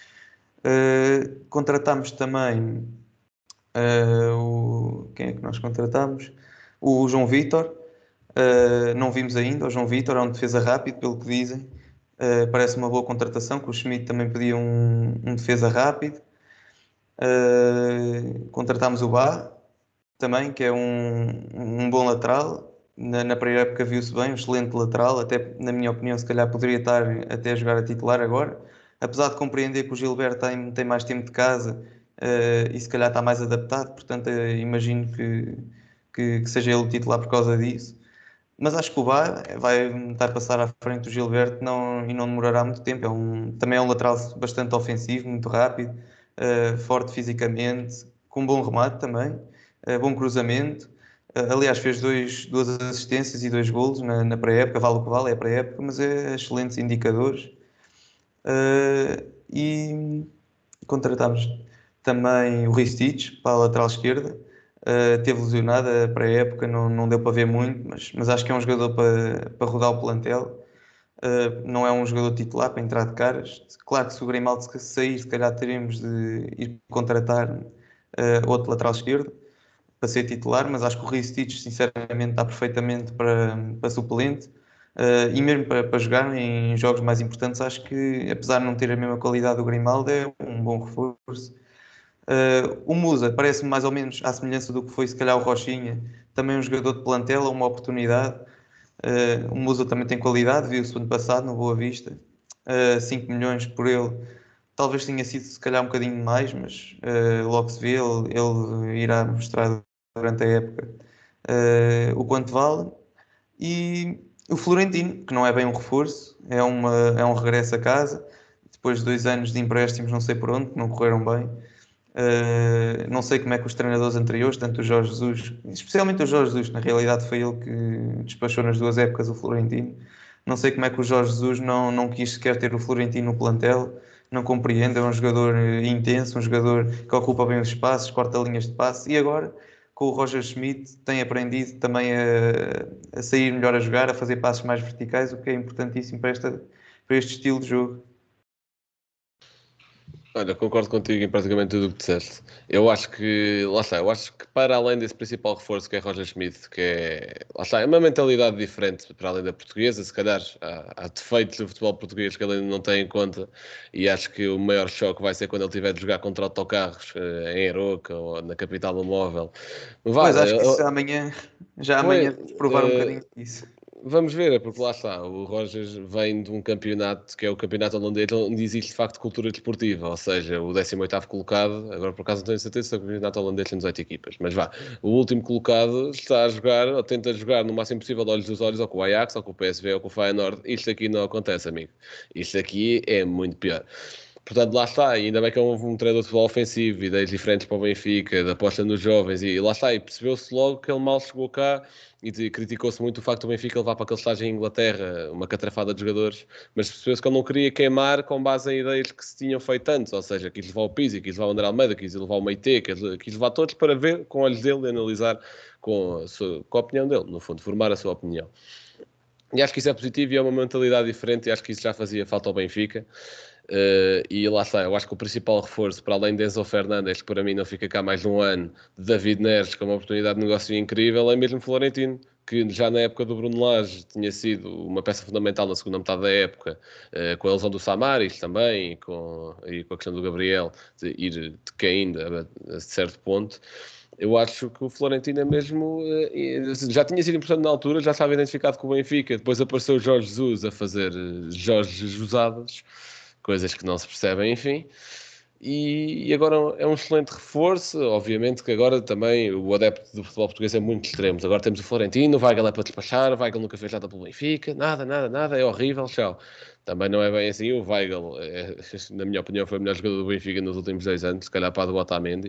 Uh, contratámos também uh, o... quem é que nós contratámos? O João Vítor. Uh, não vimos ainda. O João Vítor é um defesa rápido, pelo que dizem. Uh, parece uma boa contratação, que o Schmidt também pedia um, um defesa rápido. Uh, contratámos o Bá, também, que é um, um bom lateral. Na, na primeira época viu-se bem, um excelente lateral, até na minha opinião, se calhar poderia estar até a jogar a titular agora. Apesar de compreender que o Gilberto tem, tem mais tempo de casa uh, e se calhar está mais adaptado, portanto, uh, imagino que, que, que seja ele o titular por causa disso. Mas acho que o Bá vai estar a passar à frente do Gilberto não, e não demorará muito tempo. É um, também é um lateral bastante ofensivo, muito rápido, uh, forte fisicamente, com bom remate também, uh, bom cruzamento. Uh, aliás, fez dois, duas assistências e dois golos na, na pré-época, vale o que vale, é a pré-época, mas é excelentes indicadores. Uh, e contratámos também o Ristich para a lateral esquerda. Uh, teve lesionado para a época, não, não deu para ver muito, mas, mas acho que é um jogador para, para rodar o plantel. Uh, não é um jogador titular para entrar de caras. Claro que se o Grimaldo sair, se calhar teremos de ir contratar uh, outro lateral esquerdo para ser titular, mas acho que o Ristich sinceramente está perfeitamente para, para suplente. Uh, e mesmo para, para jogar em jogos mais importantes, acho que apesar de não ter a mesma qualidade do Grimaldo, é um bom reforço. Uh, o Musa parece-me mais ou menos à semelhança do que foi se calhar o Rochinha, também um jogador de plantel, uma oportunidade. Uh, o Musa também tem qualidade, viu-se ano passado no Boa Vista, uh, cinco milhões por ele, talvez tenha sido se calhar um bocadinho mais, mas uh, logo se vê, ele, ele irá mostrar durante a época uh, o quanto vale. E O Florentino, que não é bem um reforço, é, uma, é um regresso a casa, depois de dois anos de empréstimos, não sei por onde, que não correram bem. Uh, não sei como é que os treinadores anteriores, tanto o Jorge Jesus, especialmente o Jorge Jesus, na realidade foi ele que despachou nas duas épocas o Florentino. Não sei como é que o Jorge Jesus não, não quis sequer ter o Florentino no plantel, não compreendo, é um jogador intenso, um jogador que ocupa bem os espaços, corta linhas de passe, e agora com o Roger Schmidt tem aprendido também a, a sair melhor a jogar, a fazer passos mais verticais, o que é importantíssimo para, esta, para este estilo de jogo. Olha, concordo contigo em praticamente tudo o que disseste. Eu acho que, lá está, eu acho que para além desse principal reforço que é Roger Schmidt, que é, lá está, é uma mentalidade diferente para além da portuguesa, se calhar há, há defeitos do futebol português que ele ainda não tem em conta, e acho que o maior choque vai ser quando ele tiver de jogar contra autocarros eh, em Aroca ou na capital do móvel. Vá, Pois acho que isso eh, já amanhã, já pois, amanhã vamos provar um eh, bocadinho disso. Vamos ver, é porque lá está, o Rogers vem de um campeonato que é o campeonato holandês, onde existe de facto cultura desportiva, ou seja, o décimo oitavo colocado, agora por acaso não tenho certeza se é o campeonato holandês tem dezoito equipas, mas vá, o último colocado está a jogar, ou tenta jogar no máximo possível de olhos dos olhos, ou com o Ajax, ou com o P S V, ou com o Feyenoord. Isto aqui não acontece, amigo. Isto aqui é muito pior. Portanto, lá está, e ainda bem que é um, um treinador de futebol ofensivo, ideias diferentes para o Benfica, de aposta nos jovens, e, e lá está, e percebeu-se logo que ele mal chegou cá, e de- criticou-se muito o facto do Benfica levar para aquele estágio em Inglaterra uma catrafada de jogadores, mas percebeu-se que ele não queria queimar com base em ideias que se tinham feito antes, ou seja, quis levar o Pizzi, quis levar o André Almeida, quis levar o Meite, quis, quis levar todos para ver com olhos dele e analisar com a, sua, com a opinião dele, no fundo, formar a sua opinião. E acho que isso é positivo e é uma mentalidade diferente, e acho que isso já fazia falta ao Benfica. Uh, e lá está, eu acho que o principal reforço, para além de Enzo Fernandes, que para mim não fica cá mais de um ano, de David Neres, com uma oportunidade de negócio incrível, é mesmo Florentino, que já na época do Bruno Lage tinha sido uma peça fundamental na segunda metade da época, uh, com a lesão do Samaris também, e com, e com a questão do Gabriel de ir decaindo a, a certo ponto. Eu acho que o Florentino é mesmo. Já tinha sido importante na altura, já estava identificado com o Benfica. Depois apareceu o Jorge Jesus a fazer Jorge Jesusadas, coisas que não se percebem, enfim. E, e agora é um excelente reforço. Obviamente que agora também o adepto do futebol português é muito extremo. Agora temos o Florentino, o Weigl é para despachar, o Weigl nunca fez nada pelo Benfica, nada, nada, nada, é horrível, tchau. Também não é bem assim. O Weigl, é, na minha opinião, foi o melhor jogador do Benfica nos últimos dois anos, se calhar para a do Otamendi.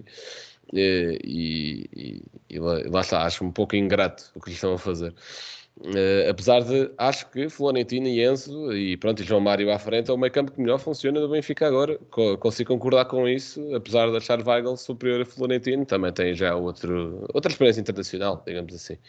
E, e, e lá está, acho um pouco ingrato o que lhes estão a fazer. Uh, apesar de, acho que Florentino e Enzo e pronto, e João Mário à frente é o meio campo que melhor funciona do Benfica agora. Co consigo concordar com isso, apesar de achar Weigl superior a Florentino, também tem já outro, outra experiência internacional, digamos assim.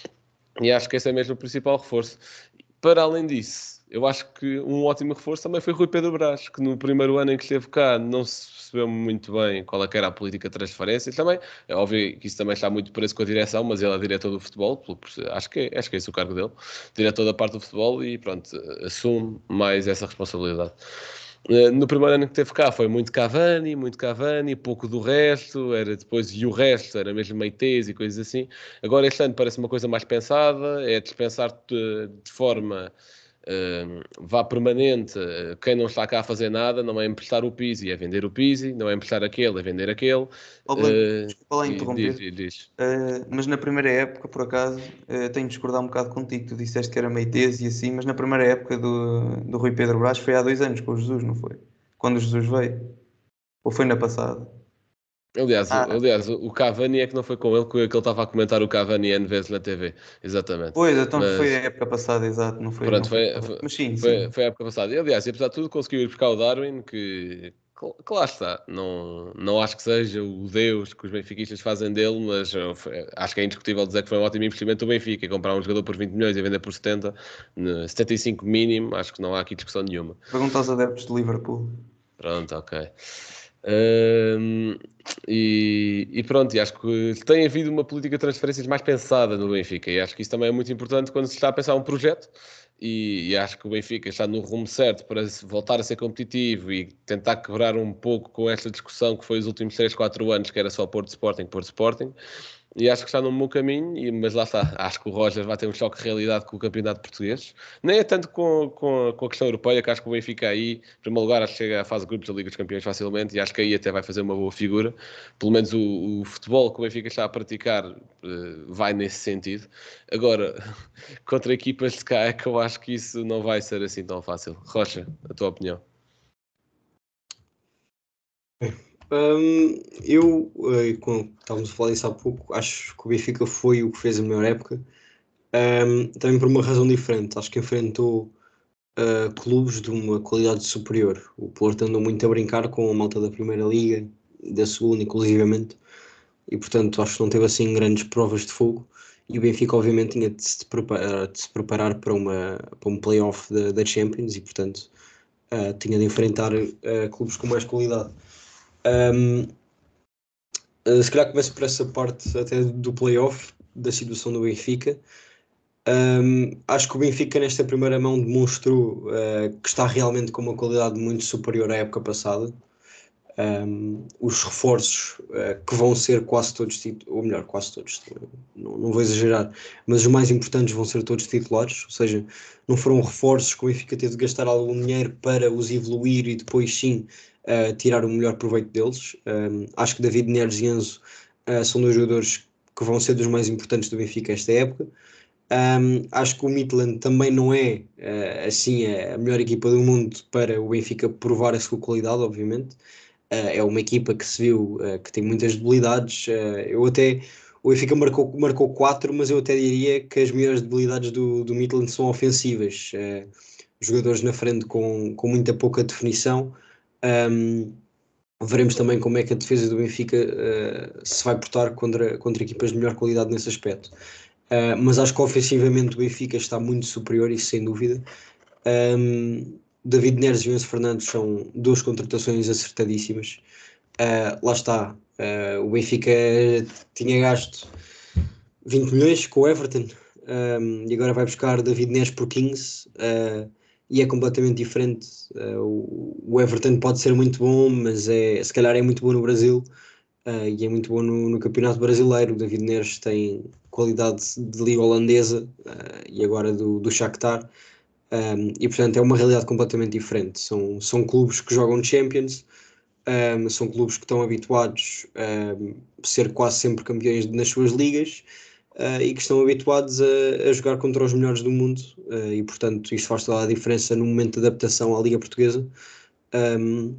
E acho que esse é mesmo o principal reforço. Para além disso, eu acho que um ótimo reforço também foi Rui Pedro Brás, que no primeiro ano em que esteve cá não se percebeu muito bem qual é que era a política de transferência. Também, é óbvio que isso também está muito preso com a direção, mas ele é diretor do futebol, acho que, acho que é esse o cargo dele, diretor da parte do futebol e pronto, assume mais essa responsabilidade. No primeiro ano que teve cá foi muito Cavani, muito Cavani, pouco do resto, era depois, e o resto era mesmo Meitês e coisas assim. Agora este ano parece uma coisa mais pensada, é dispensar de, de forma uh, vá permanente quem não está cá a fazer nada, não é emprestar o Pizzi, é vender o Pizzi, não é emprestar aquele, é vender aquele. Oh, Blanco, Uh, desculpa lá e interromper, diz, diz. uh, mas na primeira época, por acaso, uh, tenho de discordar um bocado contigo. Tu disseste que era Meitês e assim, mas na primeira época do, do Rui Pedro Brás foi há dois anos com o Jesus, não foi? Quando o Jesus veio? Ou foi na passada? Aliás, o, Ah, aliás, o Cavani é que não foi com ele que, que ele estava a comentar o Cavani N vezes na T V, exatamente. pois, então foi a Mas época passada, exato, não foi, não pronto, foi foi, agora. foi, Mas sim, foi, sim. foi a época passada. E aliás, e apesar de tudo, conseguiu ir buscar o Darwin, que, que, que lá está. Não, não acho que seja o Deus que os benfiquistas fazem dele, mas uh, foi- acho que é indiscutível dizer que foi um ótimo investimento do Benfica. Comprar um jogador por vinte milhões e vender por setenta, né, setenta e cinco mínimo, acho que não há aqui discussão nenhuma. Pergunta aos adeptos de Liverpool. Pronto, ok. Hum, e, e pronto, e acho que tem havido uma política de transferências mais pensada no Benfica, e acho que isso também é muito importante quando se está a pensar um projeto, e, e acho que o Benfica está no rumo certo para voltar a ser competitivo e tentar quebrar um pouco com esta discussão que foi os últimos três, quatro anos, que era só Porto Sporting, Porto Sporting. e acho que está num bom caminho, e, mas lá está, acho que o Roger vai ter um choque de realidade com o campeonato português, nem é tanto com, com, com a questão europeia, que acho que o Benfica aí, em primeiro lugar, acho que chega à fase de grupos da Liga dos Campeões facilmente, e acho que aí até vai fazer uma boa figura, pelo menos o, o futebol que o Benfica está a praticar uh, vai nesse sentido. Agora, contra equipas de cá, é que eu acho que isso não vai ser assim tão fácil. Rocha, a tua opinião? Um, eu, uh, como estávamos a falar disso há pouco, acho que o Benfica foi o que fez a melhor época, um, também por uma razão diferente. Acho que enfrentou uh, clubes de uma qualidade superior. O Porto andou muito a brincar com a malta da Primeira Liga, da Segunda, inclusivamente, e portanto acho que não teve assim grandes provas de fogo. E o Benfica, obviamente, tinha de se preparar, de se preparar para, uma, para um playoff da, da Champions e, portanto, uh, tinha de enfrentar uh, clubes com mais qualidade. Um, uh, se calhar começo por essa parte até do playoff, da situação do Benfica. Um, acho que o Benfica nesta primeira mão demonstrou uh, que está realmente com uma qualidade muito superior à época passada. Um, os reforços uh, que vão ser quase todos, ou melhor, quase todos, não, não vou exagerar, mas os mais importantes vão ser todos titulares, ou seja, não foram reforços que o Benfica teve de gastar algum dinheiro para os evoluir e depois sim uh, tirar o melhor proveito deles. Um, acho que David Neres e Enzo uh, são dois jogadores que vão ser dos mais importantes do Benfica esta época. Um, acho que o Midtjylland também não é uh, assim a melhor equipa do mundo para o Benfica provar a sua qualidade, obviamente. Uh, é uma equipa que se viu uh, que tem muitas debilidades. Uh, eu até, o Benfica marcou, marcou quatro, mas eu até diria que as maiores debilidades do, do Midtjylland são ofensivas. Uh, jogadores na frente com, com muita pouca definição. Um, veremos também como é que a defesa do Benfica uh, se vai portar contra, contra equipas de melhor qualidade nesse aspecto. Uh, mas acho que ofensivamente o Benfica está muito superior, isso sem dúvida. Um, David Neres e Enzo Fernandes são duas contratações acertadíssimas. Uh, lá está, uh, o Benfica tinha gasto vinte milhões com o Everton um, e agora vai buscar David Neres por quinze uh, e é completamente diferente. Uh, o, o Everton pode ser muito bom, mas é, se calhar é muito bom no Brasil. Uh, e é muito bom no, no Campeonato Brasileiro. O David Neres tem qualidade de liga holandesa uh, e agora do, do Shakhtar, um, e portanto é uma realidade completamente diferente. São, são clubes que jogam Champions, um, são clubes que estão habituados um, a ser quase sempre campeões nas suas ligas uh, e que estão habituados a, a jogar contra os melhores do mundo, uh, e portanto isso faz toda a diferença no momento de adaptação à Liga Portuguesa. Um,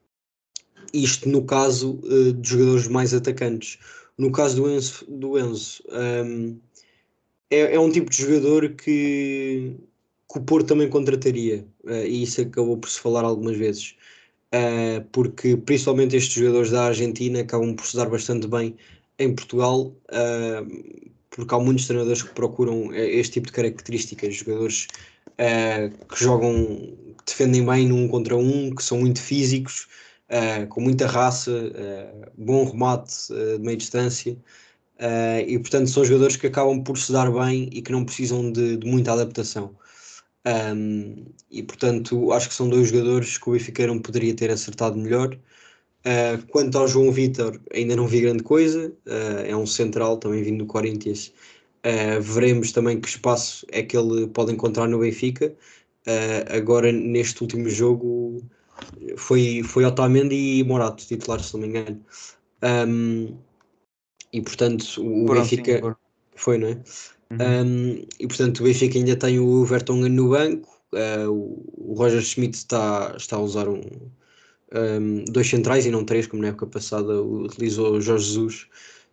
Isto no caso uh, de jogadores mais atacantes. No caso do Enzo, do Enzo um, é, é um tipo de jogador que, que o Porto também contrataria, uh, e isso acabou por se falar algumas vezes, uh, porque principalmente estes jogadores da Argentina acabam por se dar bastante bem em Portugal, uh, porque há muitos treinadores que procuram este tipo de características, jogadores uh, que jogam, que defendem bem num contra um, que são muito físicos, Uh, com muita raça, uh, bom remate uh, de meia distância, uh, e portanto são jogadores que acabam por se dar bem e que não precisam de, de muita adaptação. Um, e portanto acho que são dois jogadores que o Benfica não poderia ter acertado melhor. Uh, quanto ao João Vítor, ainda não vi grande coisa, uh, é um central também vindo do Corinthians. Uh, veremos também que espaço é que ele pode encontrar no Benfica. Uh, agora neste último jogo foi, foi Otamendi e Morato titulares, se não me engano. Um, e portanto o Foram, Benfica sim, foram. foi, não é? Uhum. Um, e portanto o Benfica ainda tem o Vertonghen no banco. Uh, o, o Roger Schmidt está, está a usar um, um, dois centrais e não três, como na época passada utilizou o Jorge Jesus.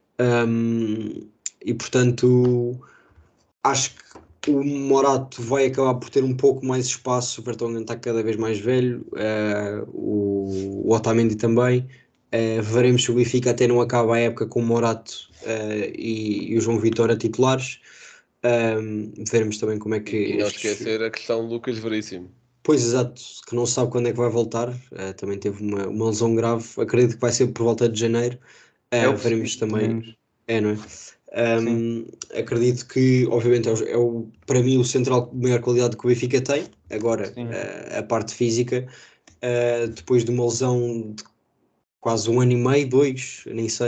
Um, e portanto acho que o Morato vai acabar por ter um pouco mais espaço. O Vertonghen está cada vez mais velho, uh, o, o Otamendi também. Uh, veremos se o Benfica até não acaba a época com o Morato uh, e, e o João Vitória titulares. Um, veremos também como é que E não estes... esquecer a questão do Lucas Veríssimo. Pois, exato, que não sabe quando é que vai voltar. Uh, também teve uma, uma lesão grave, acredito que vai ser por volta de janeiro. Uh, É o que veremos percebi, pelo também. menos. É, não é? Um, acredito que, obviamente, é, o, é o, para mim o central de maior qualidade que o Benfica tem. Agora, uh, a parte física, uh, depois de uma lesão de quase um ano e meio, dois, nem sei,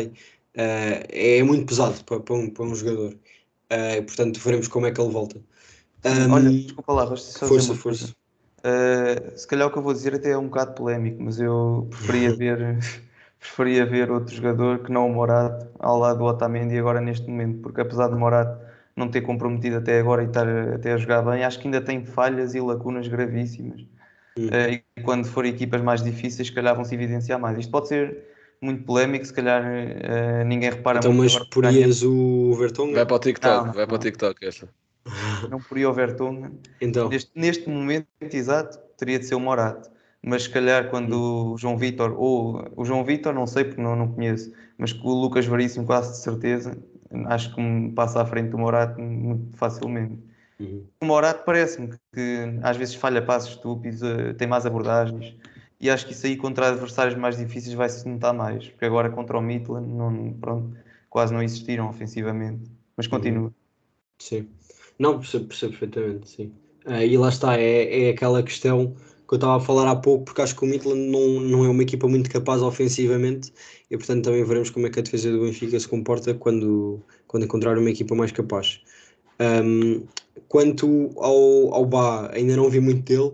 uh, é muito pesado para, para, um, para um jogador. Uh, e, portanto, veremos como é que ele volta. Um, Olha, desculpa lá, vou só força, dizer uma força. coisa. Uh, se calhar o que eu vou dizer até é um bocado polémico, mas eu preferia ver, preferia ver outro jogador que não o Morato ao lado do Otamendi agora neste momento, porque apesar de Morato não ter comprometido até agora e estar até a jogar bem, acho que ainda tem falhas e lacunas gravíssimas. Hum. Uh, e quando for equipas mais difíceis, se calhar vão se evidenciar mais. Isto pode ser muito polémico, se calhar uh, ninguém repara Então, muito mas agora porque ganhamos. porias o Vai Vertonghen? para o Não, TikTok, não, vai para o não. TikTok esta. Não poria o Vertonghen. Então, Neste, neste momento exato, teria de ser o Morato. Mas se calhar quando hum, o João Vítor, ou o João Vítor, não sei porque não, não conheço, mas com o Lucas Veríssimo quase de certeza, acho que me passa à frente do Morato muito facilmente. hum. O Morato parece-me que às vezes falha passos estúpidos, eh, tem más abordagens, e acho que isso aí contra adversários mais difíceis vai-se notar mais, porque agora contra o Midland não, pronto, quase não existiram ofensivamente. Mas Uhum. continua. Sim. Não, percebo, percebo perfeitamente, sim. Ah, e lá está, é, é aquela questão que eu estava a falar há pouco, porque acho que o Midland não, não é uma equipa muito capaz ofensivamente e, portanto, também veremos como é que a defesa do Benfica se comporta quando, quando encontrar uma equipa mais capaz. Um, quanto ao, ao Bá, ainda não vi muito dele.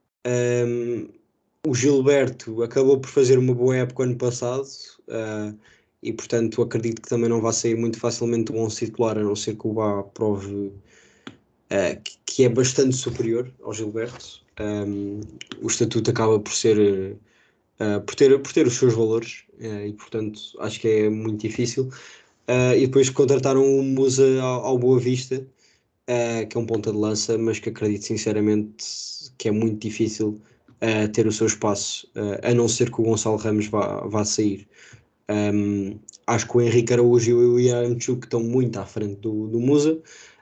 Um, o Gilberto acabou por fazer uma boa época ano passado, uh, e portanto acredito que também não vai sair muito facilmente um onze titular, a não ser que o Bá prove uh, que, que é bastante superior ao Gilberto. Um, o estatuto acaba por ser uh, por, ter, por ter os seus valores, uh, e portanto acho que é muito difícil. Uh, e depois contrataram o Musa ao, ao Boa Vista, uh, que é um ponta de lança, mas que acredito sinceramente que é muito difícil uh, ter o seu espaço, uh, a não ser que o Gonçalo Ramos vá, vá sair. Um, acho que o Henrique Araújo e o Yaremchuk estão muito à frente do, do Musa.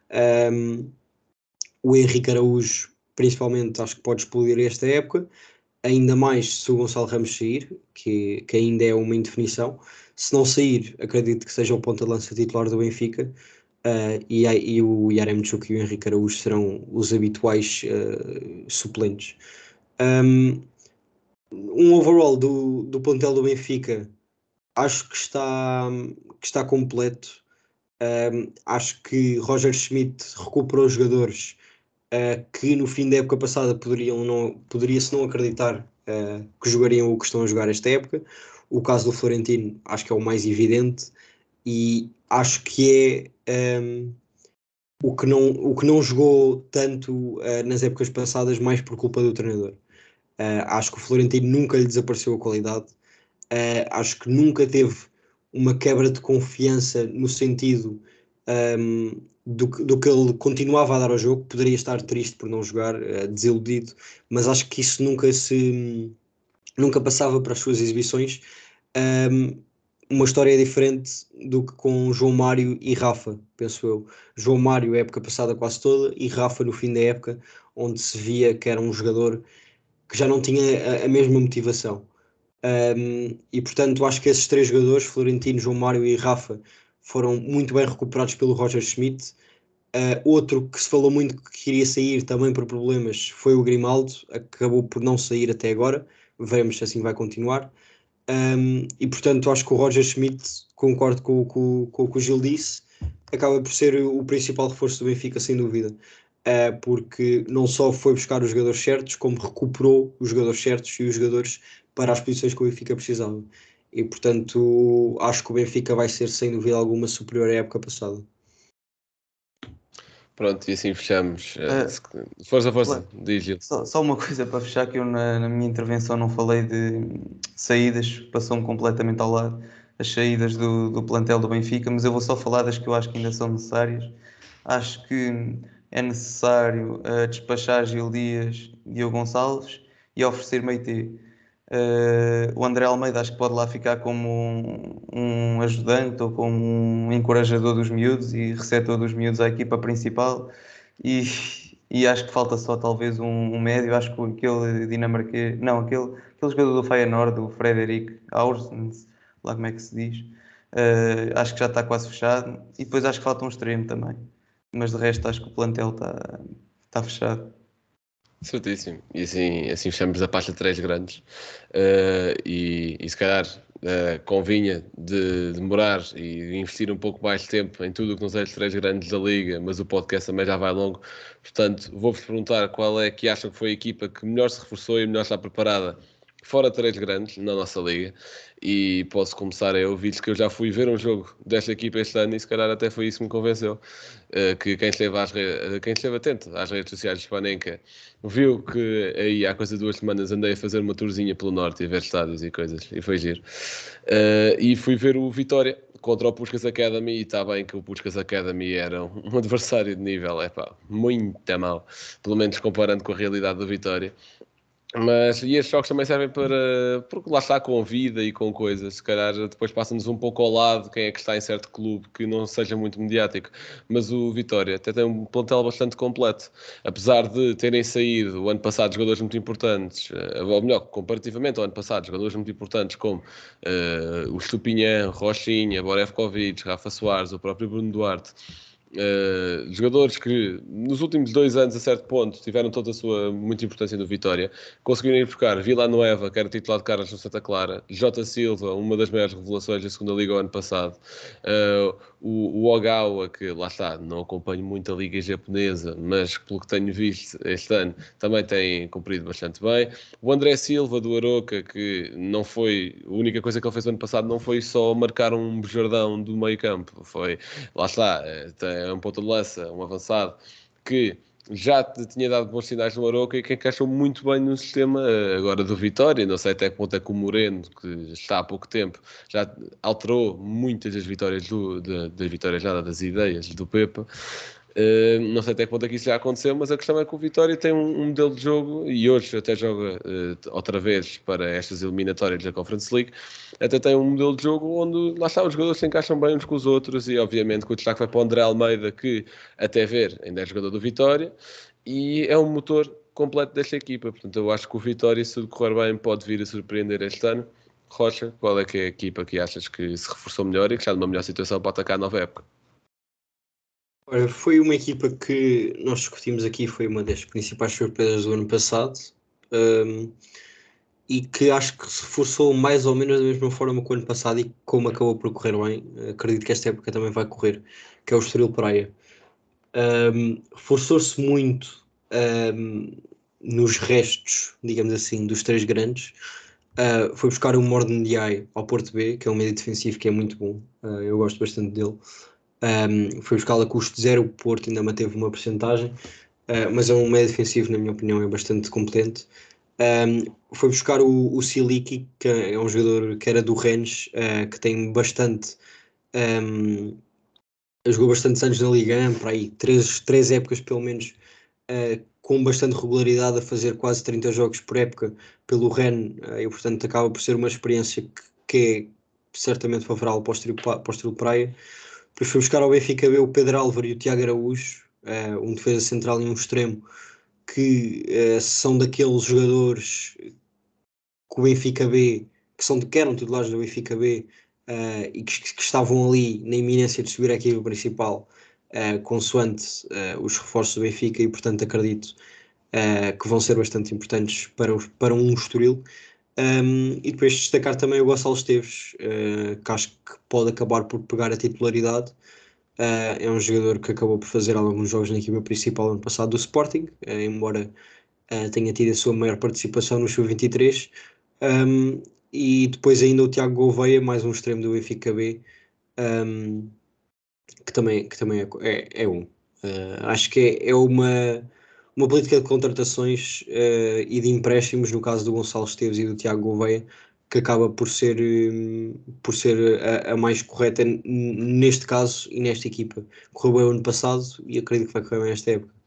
Um, o Henrique Araújo, principalmente, acho que pode explodir esta época, ainda mais se o Gonçalo Ramos sair, que, que ainda é uma indefinição. Se não sair, acredito que seja o ponta de lança titular do Benfica. Uh, e, e o Yaremchuk e o Henrique Araújo serão os habituais uh, suplentes. Um, um overall do, do plantel do Benfica, acho que está, que está completo. Um, acho que Roger Schmidt recuperou jogadores uh, que no fim da época passada poderiam não, poderia-se não acreditar uh, que jogariam o que estão a jogar esta época. O caso do Florentino acho que é o mais evidente e acho que é um, o que não, o que não jogou tanto uh, nas épocas passadas, mais por culpa do treinador. Uh, acho que o Florentino nunca lhe desapareceu a qualidade. Uh, acho que nunca teve uma quebra de confiança no sentido um, do, que, do que ele continuava a dar ao jogo. Poderia estar triste por não jogar, uh, desiludido, mas acho que isso nunca se nunca passava para as suas exibições. Um, uma história diferente do que com João Mário e Rafa, penso eu. João Mário, a época passada quase toda, e Rafa no fim da época, onde se via que era um jogador que já não tinha a, a mesma motivação. Um, e portanto, acho que esses três jogadores, Florentino, João Mário e Rafa, foram muito bem recuperados pelo Roger Schmidt. Uh, outro que se falou muito que queria sair também por problemas foi o Grimaldo, acabou por não sair até agora. Veremos se assim vai continuar. Um, e portanto acho que o Roger Schmidt, concordo com, com, com o que o Gil disse, acaba por ser o principal reforço do Benfica, sem dúvida, uh, porque não só foi buscar os jogadores certos, como recuperou os jogadores certos e os jogadores para as posições que o Benfica precisava. E portanto acho que o Benfica vai ser sem dúvida alguma superior à época passada. Pronto, e assim fechamos. Uh, Uh, se- força, força, diz Gil. Só, só uma coisa para fechar, que eu na, na minha intervenção não falei de saídas, passou-me completamente ao lado as saídas do, do plantel do Benfica, mas eu vou só falar das que eu acho que ainda são necessárias. Acho que é necessário uh, despachar Gil Dias, Diogo Gonçalves e oferecer Meite. Uh, o André Almeida acho que pode lá ficar como um, um ajudante ou como um encorajador dos miúdos e receptor dos miúdos à equipa principal. E, e acho que falta só talvez um, um médio. Acho que aquele dinamarquês, não, aquele, aquele jogador do Feyenoord, o Frederic Aursnes, lá como é que se diz, uh, acho que já está quase fechado. E depois acho que falta um extremo também, mas de resto acho que o plantel está, está fechado. Certíssimo. E assim, assim fechamos a pasta de três grandes. Uh, e, e se calhar uh, convinha de demorar e investir um pouco mais de tempo em tudo o que não seja os três grandes da Liga, mas o podcast também já vai longo. Portanto, vou-vos perguntar qual é que acham que foi a equipa que melhor se reforçou e melhor está preparada fora de três grandes na nossa Liga. E posso começar a ouvir que eu já fui ver um jogo desta equipa este ano e se calhar até foi isso que me convenceu. Uh, que quem esteve, às re... quem esteve atento às redes sociais de Spanenka viu que aí há coisa de duas semanas andei a fazer uma tourzinha pelo norte e ver estádios e coisas, e foi giro. Uh, e fui ver o Vitória contra o Puskás Academy, e está bem que o Puskás Academy era um adversário de nível, é pá, muito mal, pelo menos comparando com a realidade do Vitória. Mas e estes jogos também servem para, porque lá está, com vida e com coisas, se calhar depois passa-nos um pouco ao lado quem é que está em certo clube que não seja muito mediático, mas o Vitória até tem um plantel bastante completo, apesar de terem saído o ano passado jogadores muito importantes, ou melhor, comparativamente ao ano passado, jogadores muito importantes como uh, o Estupinhã, Rochinha, Borevkovic, Rafa Soares, o próprio Bruno Duarte. Uh, jogadores que nos últimos dois anos a certo ponto tiveram toda a sua muita importância no Vitória, conseguiram ir buscar Villanueva, que era titular de Carlos no Santa Clara, Jota Silva, uma das maiores revelações da segunda Liga o ano passado, uh, o, o Ogawa, que lá está, não acompanho muito a Liga Japonesa, mas pelo que tenho visto este ano também tem cumprido bastante bem, o André Silva do Aroca, que não foi, a única coisa que ele fez no ano passado não foi só marcar um bujardão do meio campo, foi, lá está, tem é um ponta de lança, um avançado, que já tinha dado bons sinais no Aroca e que encaixou muito bem no sistema agora do Vitória. Não sei até que ponto é que o Moreno, que está há pouco tempo, já alterou muitas das vitórias, do, de, das vitórias nada, das ideias do Pepa. Uh, não sei até que ponto é que isso já aconteceu, mas a questão é que o Vitória tem um, um modelo de jogo, e hoje até joga uh, outra vez para estas eliminatórias da Conference League, até tem um modelo de jogo onde lá está, os jogadores se encaixam bem uns com os outros, e obviamente que o destaque vai para o André Almeida, que até ver ainda é jogador do Vitória e é um motor completo desta equipa. Portanto, eu acho que o Vitória, se tudo correr bem, pode vir a surpreender este ano. Rocha, qual é que é a equipa que achas que se reforçou melhor e que está numa melhor situação para atacar a nova época? Ora, foi uma equipa que nós discutimos aqui, foi uma das principais surpresas do ano passado, um, e que acho que se reforçou mais ou menos da mesma forma que o ano passado e como acabou por correr bem. Acredito que esta época também vai correr, que é o Estoril Praia. Um, reforçou-se muito um, nos restos, digamos assim, dos três grandes. Uh, foi buscar o Morden Ndiaye ao Porto B, que é um médio defensivo que é muito bom, uh, eu gosto bastante dele. Um, foi buscá-lo a custo zero, o Porto ainda manteve uma porcentagem, uh, mas é um médio defensivo, na minha opinião, é bastante competente. Um, foi buscar o, o Siliki, que é um jogador que era do Rennes, uh, que tem bastante... Um, jogou bastantes anos na Liga, para aí três, três épocas pelo menos, uh, com bastante regularidade, a fazer quase trinta jogos por época pelo Rennes, uh, e portanto acaba por ser uma experiência que, que é certamente favorável para o Estoril, para o Estoril Praia. Depois foi buscar ao Benfica B o Pedro Álvaro e o Tiago Araújo, uh, um defesa central e um extremo, que uh, são daqueles jogadores que o Benfica B, que, são, que eram titulares do Benfica B, uh, e que, que estavam ali na iminência de subir à equipa principal, uh, consoante uh, os reforços do Benfica, e portanto acredito uh, que vão ser bastante importantes para, os, para um Estoril. Um, e depois destacar também o Gonçalo Esteves, uh, que acho que pode acabar por pegar a titularidade. Uh, é um jogador que acabou por fazer alguns jogos na equipa principal ano passado do Sporting, uh, embora uh, tenha tido a sua maior participação no sub vinte e três. Um, e depois ainda o Tiago Gouveia, mais um extremo do Benfica B, um, que também, que também é, é, é um. Uh, acho que é, é uma, uma política de contratações uh, e de empréstimos, no caso do Gonçalo Esteves e do Tiago Gouveia, que acaba por ser, um, por ser a, a mais correta n- neste caso e nesta equipa. Correu bem o ano passado e acredito que vai correr bem esta época.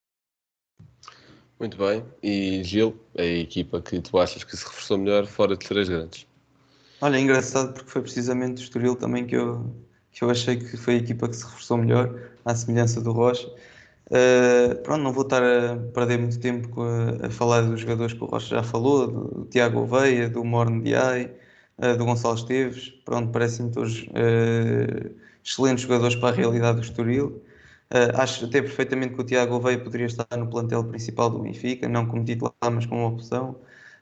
Muito bem. E Gil, é a equipa que tu achas que se reforçou melhor fora de três grandes? Olha, é engraçado porque foi precisamente o Estoril também que eu, que eu achei que foi a equipa que se reforçou melhor, à semelhança do Rocha. Uh, pronto, não vou estar a perder muito tempo a, a falar dos jogadores que o Rocha já falou, do, do Tiago Oveia, do Morne Ndiaye, uh, do Gonçalo Esteves. Pronto, parecem-me todos uh, excelentes jogadores para a realidade do Estoril. Uh, acho até perfeitamente que o Tiago Oveia poderia estar no plantel principal do Benfica, não como titular, mas como opção.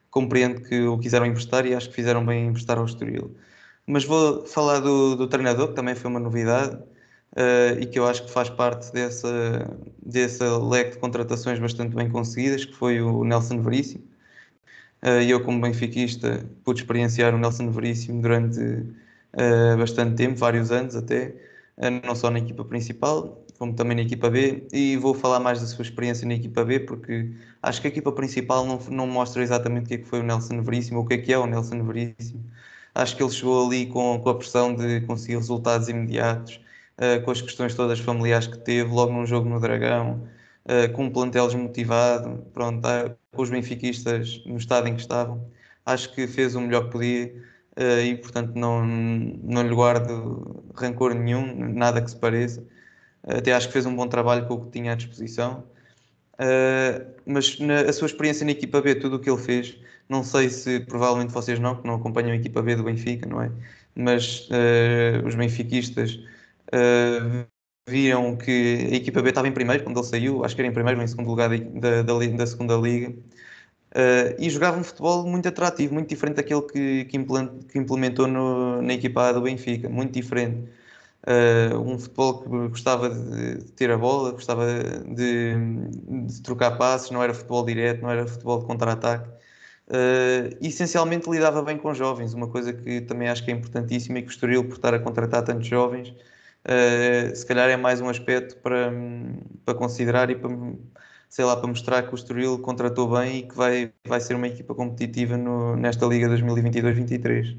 compreendo que o quiseram emprestar e acho que fizeram bem em emprestar ao Estoril. Mas vou falar do, do treinador, que também foi uma novidade uh, e que eu acho que faz parte dessa, desse leque de contratações bastante bem conseguidas, que foi o Nelson Veríssimo. Uh, eu, como benfiquista, pude experienciar o Nelson Veríssimo durante uh, bastante tempo, vários anos até, uh, não só na equipa principal, como também na equipa B, e vou falar mais da sua experiência na equipa B, porque acho que a equipa principal não, não mostra exatamente o que é que foi o Nelson Veríssimo, ou o que é que é o Nelson Veríssimo. Acho que ele chegou ali com, com a pressão de conseguir resultados imediatos, uh, com as questões todas familiares que teve, logo num jogo no Dragão, uh, com um plantel desmotivado, pronto, uh, com os benfiquistas no estado em que estavam. Acho que fez o melhor que podia uh, e, portanto, não, não lhe guardo rancor nenhum, nada que se pareça. Até acho que fez um bom trabalho com o que tinha à disposição. Uh, mas na, a sua experiência na equipa B, tudo o que ele fez, não sei se provavelmente vocês não, que não acompanham a equipa B do Benfica, não é? Mas uh, os benfiquistas uh, viram que a equipa B estava em primeiro quando ele saiu, acho que era em primeiro ou em segundo lugar da, da, da segunda liga, uh, e jogava um futebol muito atrativo, muito diferente daquele que, que implementou no, na equipa A do Benfica, muito diferente. Uh, um futebol que gostava de ter a bola, gostava de, de trocar passes, não era futebol direto, não era futebol de contra-ataque. Uh, essencialmente lidava bem com jovens, uma coisa que também acho que é importantíssima e que o Estoril, por estar a contratar tantos jovens, uh, se calhar é mais um aspecto para, para considerar e para, sei lá, para mostrar que o Estoril contratou bem e que vai, vai ser uma equipa competitiva no, nesta Liga dois mil e vinte e dois vinte e três.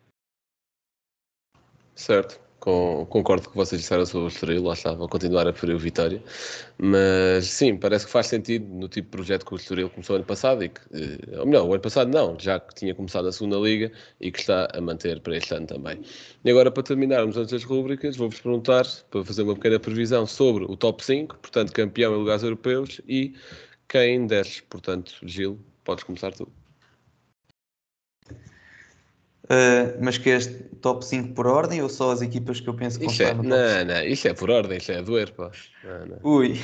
Certo, com, concordo com o que vocês disseram sobre o Estoril, lá está, vou continuar a preferir o Vitória, mas sim, parece que faz sentido no tipo de projeto que o Estoril começou ano passado, e que, eh, ou melhor, o ano passado não, já que tinha começado a segunda Liga e que está a manter para este ano também. E agora, para terminarmos antes das rubricas, vou-vos perguntar, para fazer uma pequena previsão sobre o top cinco, portanto, campeão em lugares europeus e quem desce, portanto, Gil, podes começar tu. Uh, mas queres top cinco por ordem ou só as equipas que eu penso que vão Isto estar é, no top não, cinco? não, isto é por ordem, isto é a doer, pá. Não, não. Ui.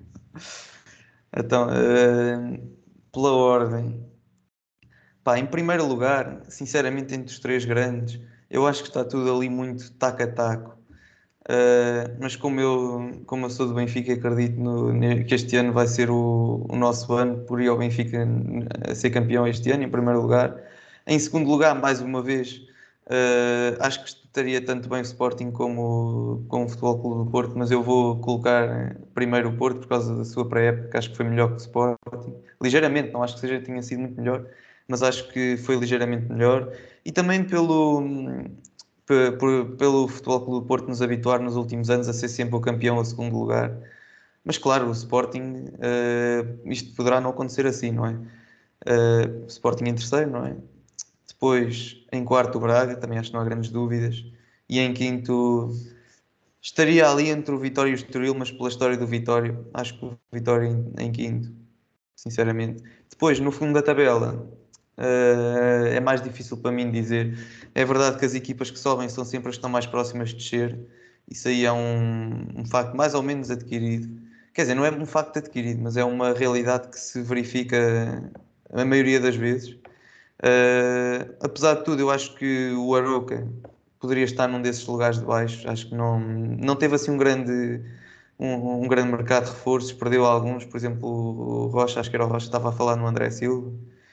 Então, uh, pela ordem. Pá, em primeiro lugar, sinceramente, entre os três grandes, eu acho que está tudo ali muito taco a taco. Uh, mas como eu, como eu sou do Benfica, acredito no, ne- que este ano vai ser o, o nosso ano por ir ao Benfica n- a ser campeão este ano, em primeiro lugar. Em segundo lugar, mais uma vez, uh, acho que estaria tanto bem o Sporting como, como o Futebol Clube do Porto, mas eu vou colocar primeiro o Porto por causa da sua pré-época, que acho que foi melhor que o Sporting. Ligeiramente, não acho que seja, tinha sido muito melhor, mas acho que foi ligeiramente melhor. E também pelo, pe- por- pelo Futebol Clube do Porto nos habituar nos últimos anos a ser sempre o campeão ou segundo lugar. Mas claro, o Sporting, eh, isto poderá não acontecer assim, não é? Eh, Sporting em terceiro, não é? Depois, em quarto, o Braga, também acho que não há grandes dúvidas. E em quinto, estaria ali entre o Vitória e o Estoril, mas pela história do Vitória, acho que o Vitória em, em quinto, sinceramente. Depois, no fundo da tabela, eh, é mais difícil para mim dizer. É verdade que as equipas que sobem são sempre as que estão mais próximas de descer. Isso aí é um, um facto mais ou menos adquirido. Quer dizer, não é um facto adquirido, mas é uma realidade que se verifica a maioria das vezes. Uh, apesar de tudo, eu acho que o Arouca poderia estar num desses lugares de baixo. Acho que não, não teve assim um grande, um, um grande mercado de reforços, perdeu alguns, por exemplo, o Rocha, acho que era o Rocha que estava a falar no André Silva.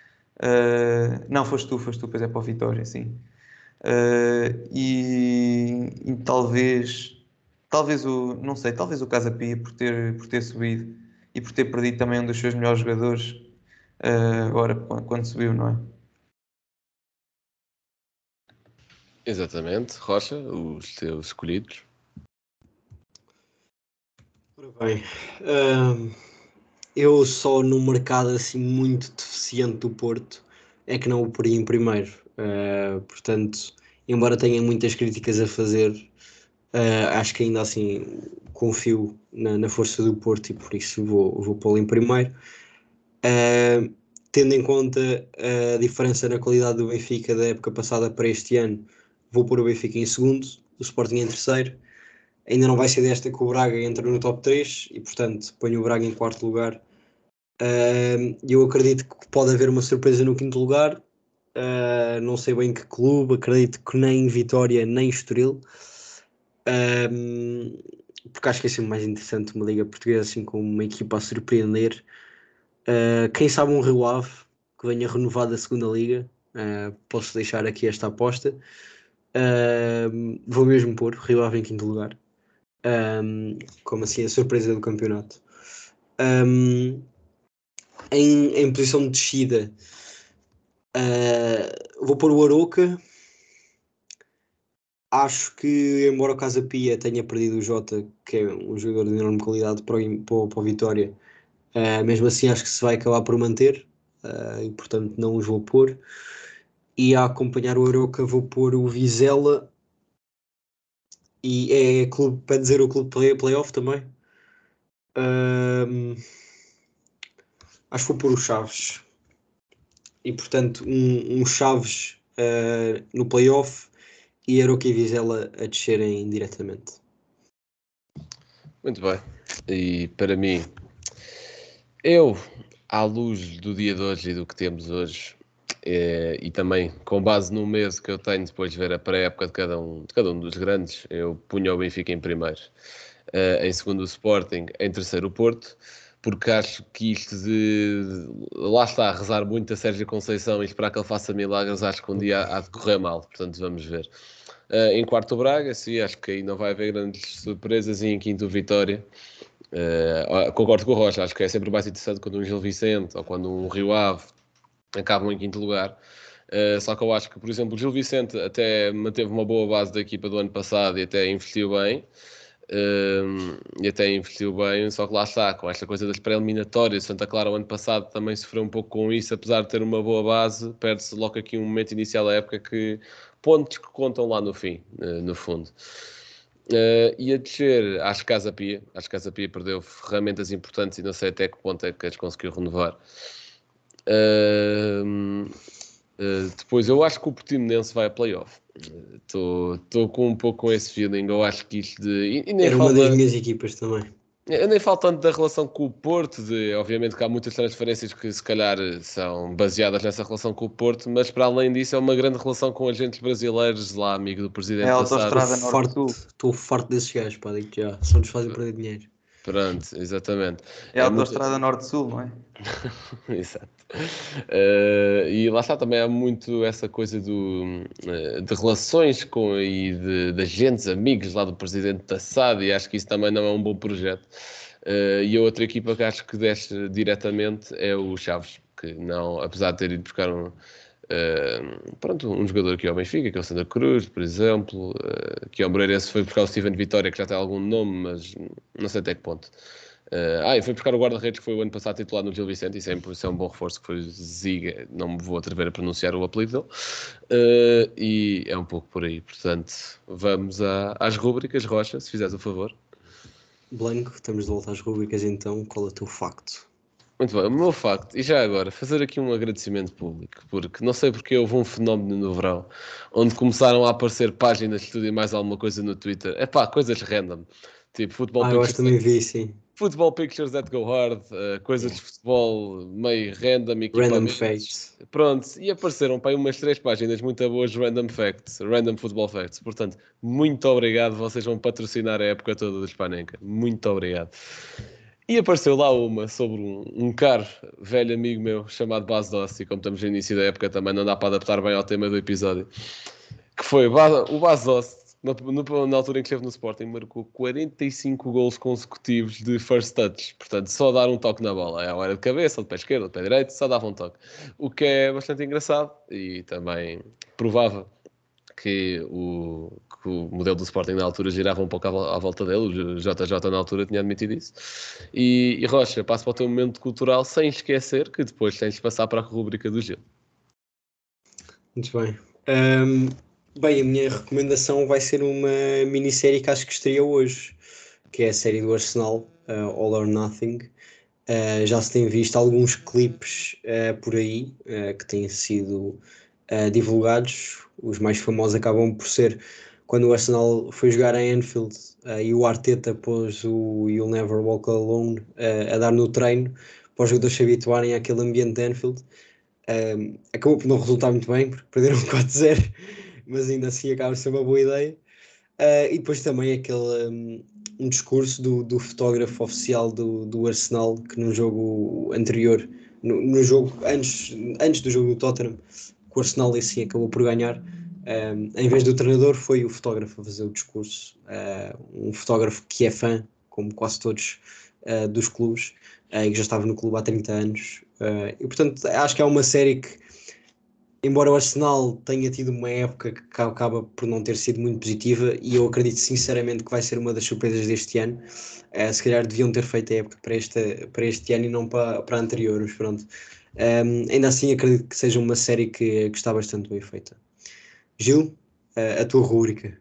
Uh, não, foste tu, foste tu, pois é para o Vitória, sim. Uh, e, e talvez, talvez o, não sei, talvez o Casa Pia por ter, por ter subido e por ter perdido também um dos seus melhores jogadores, uh, agora quando subiu, não é? Exatamente, Rocha, os teus escolhidos. Ora bem, hum, eu só no mercado assim muito deficiente do Porto é que não o poria em primeiro. Uh, portanto, embora tenha muitas críticas a fazer, uh, acho que ainda assim confio na, na força do Porto e por isso vou, vou pô-lo em primeiro. Uh, tendo em conta a diferença na qualidade do Benfica da época passada para este ano, vou pôr o Benfica em segundo, o Sporting em terceiro. Ainda não vai ser desta que o Braga entra no top três e, portanto, ponho o Braga em quarto lugar Uh, eu acredito que pode haver uma surpresa no quinto lugar. Uh, não sei bem que clube, acredito que nem Vitória nem Estoril. Um, porque acho que é sempre mais interessante uma liga portuguesa assim com uma equipa a surpreender. Uh, quem sabe um Rio Ave que venha renovado da segunda liga. Uh, posso deixar aqui esta aposta. Uh, vou mesmo pôr Rio Ave em quinto lugar, um, como assim a surpresa do campeonato. Um, em, em posição de descida, uh, vou pôr o Arouca. Acho que, embora o Casa Pia tenha perdido o Jota, que é um jogador de enorme qualidade para o, para o, para o Vitória, uh, mesmo assim acho que se vai acabar por manter, uh, e portanto não os vou pôr. E a acompanhar o Arouca vou pôr o Vizela, e é clube, para dizer o clube play, playoff também. Um, acho que vou pôr o Chaves. E portanto um, um Chaves uh, no playoff e Arouca e Vizela a descerem diretamente. Muito bem. E para mim, eu, à luz do dia de hoje e do que temos hoje, é, e também com base no mês que eu tenho depois de ver a pré-época de cada um, de cada um dos grandes, eu punho o Benfica em primeiro, uh, em segundo o Sporting, em terceiro o Porto, porque acho que isto de, lá está, a rezar muito a Sérgio Conceição e esperar que ele faça milagres, acho que um dia há de correr mal, portanto vamos ver. Uh, em quarto o Braga, sim, acho que aí não vai haver grandes surpresas, e em quinto o Vitória. Uh, concordo com o Rocha, acho que é sempre mais interessante quando um Gil Vicente ou quando um Rio Ave acabam em quinto lugar. Uh, só que eu acho que, por exemplo, o Gil Vicente até manteve uma boa base da equipa do ano passado e até investiu bem. Uh, e até investiu bem, só que lá está, com esta coisa das pré-eliminatórias, Santa Clara o ano passado também sofreu um pouco com isso, apesar de ter uma boa base, perde-se logo aqui um momento inicial da época, que pontos que contam lá no fim, uh, no fundo. Uh, e a descer, acho que Casa Pia, acho que Casa Pia perdeu ferramentas importantes e não sei até que ponto é que as conseguiu renovar. Uh, uh, depois eu acho que o Portimonense vai a playoff. Estou uh, com um pouco com esse feeling. Eu acho que isto de. E, e nem Era falo uma das da, minhas equipas também. eu nem falo tanto da relação com o Porto, de, obviamente que há muitas transferências que se calhar são baseadas nessa relação com o Porto, mas para além disso é uma grande relação com agentes brasileiros, lá amigo do É presidente a da S A D. autoestrada Estou norte-sul. farto, estou farto desses gajos, pá, digo já. Só nos fazem perder dinheiro. Pronto, exatamente. É a É muito... autoestrada norte-sul, não é? Exato. Uh, e lá está, também há muito essa coisa do, uh, de relações com, e de, de agentes, amigos lá do presidente da S A D, e acho que isso também não é um bom projeto. Uh, e a outra equipa que acho que desce diretamente é o Chaves, que não, apesar de ter ido buscar um, uh, pronto, um jogador aqui ao Benfica, que é o Santa Cruz, por exemplo, uh, que ao Moreirense foi buscar o Steven Vitória, que já tem algum nome, mas não sei até que ponto. Uh, ah, e foi buscar o guarda-redes que foi o ano passado titular no Gil Vicente, isso é, isso é um bom reforço, que foi o Ziga, não me vou atrever a pronunciar o apelido dele, uh, e é um pouco por aí. Portanto, vamos a, às rúbricas. Rocha, se fizeres o favor. Blanco, estamos de volta às rubricas então. Qual é o teu facto? Muito bem, o meu facto, e já agora, fazer aqui um agradecimento público, porque não sei porque houve um fenómeno no verão, onde começaram a aparecer páginas de tudo e mais alguma coisa no Twitter. É pá, coisas random, tipo Futebol Ah, eu acho que também vi, sim. Football Pictures that go hard, uh, coisas Yeah. de futebol meio random, Random equipamentos. facts. Pronto, e apareceram para aí umas três páginas muito boas de Random Facts, Random Football Facts. Portanto, muito obrigado, vocês vão patrocinar a época toda do Spanenka. Muito obrigado. E apareceu lá uma sobre um, um caro velho amigo meu chamado Bas Dost, e como estamos no início da época também não dá para adaptar bem ao tema do episódio, que foi o Bas Dost. Na, na altura em que esteve no Sporting, marcou quarenta e cinco gols consecutivos de first touch. Portanto, só dar um toque na bola. Ou era de cabeça, ou de pé esquerdo, ou de pé direito, só dava um toque. O que é bastante engraçado e também provava que o, que o modelo do Sporting na altura girava um pouco à, à volta dele. O J J na altura tinha admitido isso. E, e Rocha, passo para o teu momento cultural, sem esquecer que depois tens de passar para a rubrica do Gil. Muito bem. Um, bem, a minha recomendação vai ser uma minissérie que acho que estreia hoje, que é a série do Arsenal, uh, All or Nothing. Uh, já se tem visto alguns clipes uh, por aí uh, que têm sido uh, divulgados. Os mais famosos acabam por ser quando o Arsenal foi jogar em Anfield uh, e o Arteta pôs o You'll Never Walk Alone uh, a dar no treino. para os jogadores se habituarem àquele ambiente de Anfield. Um, acabou por não resultar muito bem, porque perderam quatro zero, mas ainda assim acaba por ser uma boa ideia. Uh, e depois também aquele um, um discurso do, do fotógrafo oficial do, do Arsenal, que no jogo anterior, no, no jogo antes, antes do jogo do Tottenham, que o Arsenal assim acabou por ganhar, um, em vez do treinador foi o fotógrafo a fazer o discurso, uh, um fotógrafo que é fã, como quase todos uh, dos clubes, uh, e que já estava no clube há trinta anos, uh, e portanto acho que é uma série que, embora o Arsenal tenha tido uma época que acaba por não ter sido muito positiva, e eu acredito sinceramente que vai ser uma das surpresas deste ano, uh, se calhar deviam ter feito a época para este, para este ano e não para, para a anterior, mas pronto. Um, ainda assim acredito que seja uma série que, que está bastante bem feita. Gil, uh, a tua rúbrica.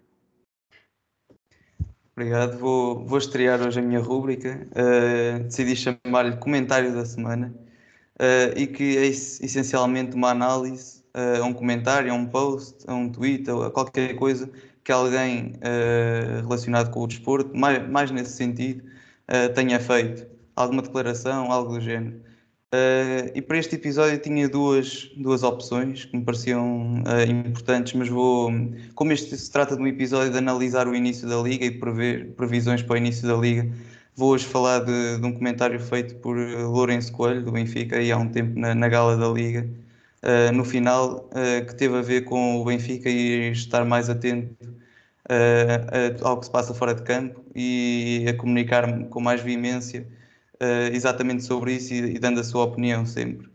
Obrigado. Vou, vou estrear hoje a minha rúbrica. Uh, decidi chamar-lhe Comentário da Semana, uh, e que é essencialmente uma análise uh, a um comentário, a um post, a um tweet, a qualquer coisa que alguém uh, relacionado com o desporto, mais, mais nesse sentido, uh, tenha feito. Alguma declaração, algo do género. Uh, e para este episódio tinha duas, duas opções que me pareciam uh, importantes, mas vou, como este se trata de um episódio de analisar o início da Liga e prever previsões para o início da Liga, vou hoje falar de, de um comentário feito por Lourenço Coelho, do Benfica, aí há um tempo na, na Gala da Liga, uh, no final, uh, que teve a ver com o Benfica e estar mais atento uh, a, ao que se passa fora de campo e a comunicar com mais veemência Uh, exatamente sobre isso e, e dando a sua opinião sempre.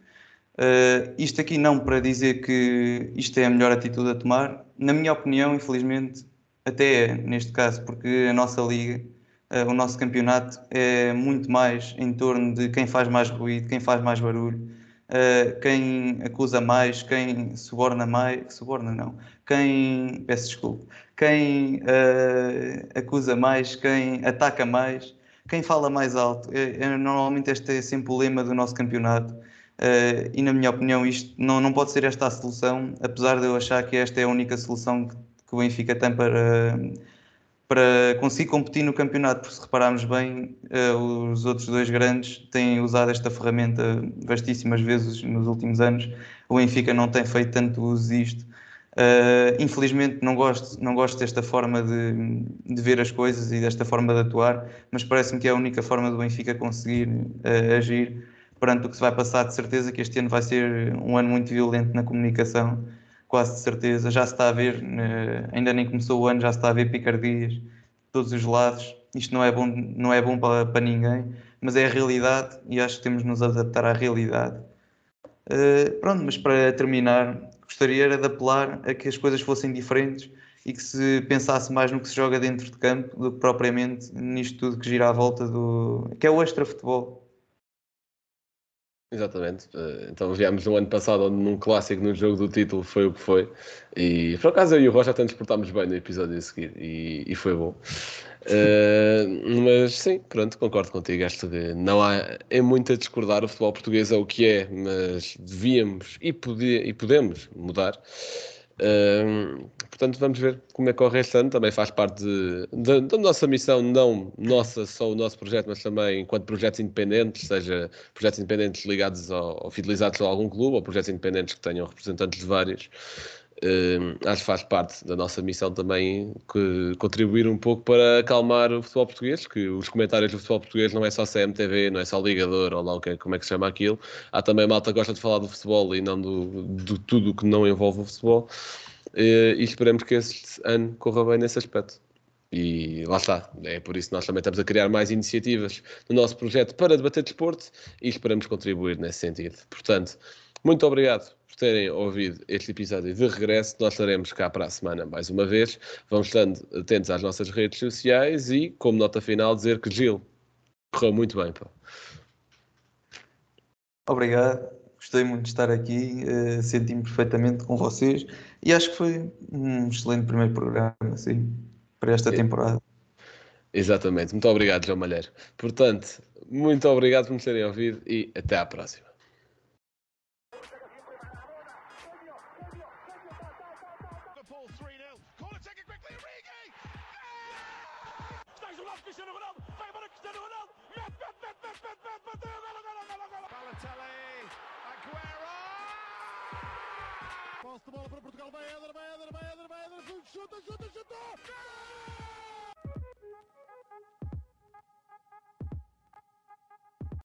Uh, isto aqui não para dizer que isto é a melhor atitude a tomar, na minha opinião, infelizmente, até é neste caso, porque a nossa liga, uh, o nosso campeonato é muito mais em torno de quem faz mais ruído, quem faz mais barulho, uh, quem acusa mais, quem suborna mais, suborna não, quem, peço desculpa, quem uh, acusa mais, quem ataca mais, quem fala mais alto. É, é, normalmente este é sempre o lema do nosso campeonato, uh, e na minha opinião isto não, não pode ser esta a solução, apesar de eu achar que esta é a única solução que, que o Benfica tem para, para conseguir competir no campeonato, porque se repararmos bem, uh, os outros dois grandes têm usado esta ferramenta vastíssimas vezes nos últimos anos. O Benfica não tem feito tanto uso disto. Uh, infelizmente não gosto, não gosto desta forma de, de ver as coisas e desta forma de atuar, mas parece-me que é a única forma do Benfica conseguir uh, agir perante o que se vai passar. De certeza que este ano vai ser um ano muito violento na comunicação, quase de certeza. Já se está a ver, uh, ainda nem começou o ano, já se está a ver picardias de todos os lados. Isto não é bom, não é bom para, para ninguém, mas é a realidade e acho que temos de nos adaptar à realidade. Uh, pronto, mas para terminar, gostaria era de apelar a que as coisas fossem diferentes e que se pensasse mais no que se joga dentro de campo do que propriamente nisto tudo que gira à volta do... que é o extra-futebol. Exatamente. Então viemos no ano passado onde num clássico, no jogo do título, foi o que foi. E por acaso eu e o Rocha até nos portámos bem no episódio a seguir e, e foi bom. Uh, mas sim, pronto, concordo contigo. Acho que não há é muito a discordar. O futebol português é o que é, mas devíamos e, podia, e podemos mudar. Uh, portanto, vamos ver como é que corre este ano. Também faz parte de, de, da nossa missão, não nossa, só o nosso projeto, mas também enquanto projetos independentes, seja projetos independentes ligados ao, ou fidelizados a algum clube, ou projetos independentes que tenham representantes de vários. Uh, acho que faz parte da nossa missão também que, contribuir um pouco para acalmar o futebol português, que os comentários do futebol português não é só C M T V, não é só Ligador, ou lá o que, como é que se chama aquilo. Há também malta que gosta de falar do futebol e não do, do tudo que não envolve o futebol, uh, e esperemos que este ano corra bem nesse aspecto. E lá está, é por isso que nós também estamos a criar mais iniciativas no nosso projeto para debater desporto e esperamos contribuir nesse sentido. Portanto, muito obrigado por terem ouvido este episódio de regresso. Nós estaremos cá para a semana mais uma vez. Vamos estando atentos às nossas redes sociais e, como nota final, dizer que Gil correu muito bem. Pá. Obrigado, gostei muito de estar aqui, uh, senti-me perfeitamente com vocês e acho que foi um excelente primeiro programa, assim, para esta temporada. Exatamente, muito obrigado, João Malheiro. Portanto, muito obrigado por nos terem ouvido e até à próxima. Cristiano Ronaldo, vai embora Cristiano Ronaldo, mete, mete, mete, mete, mete, mete, bateu, golo, golo, golo, golo. Balotelli, Aguero! Posse de bola para Portugal, vai Éder, vai Éder, vai Éder, vai Éder, chuta, chuta, chuta!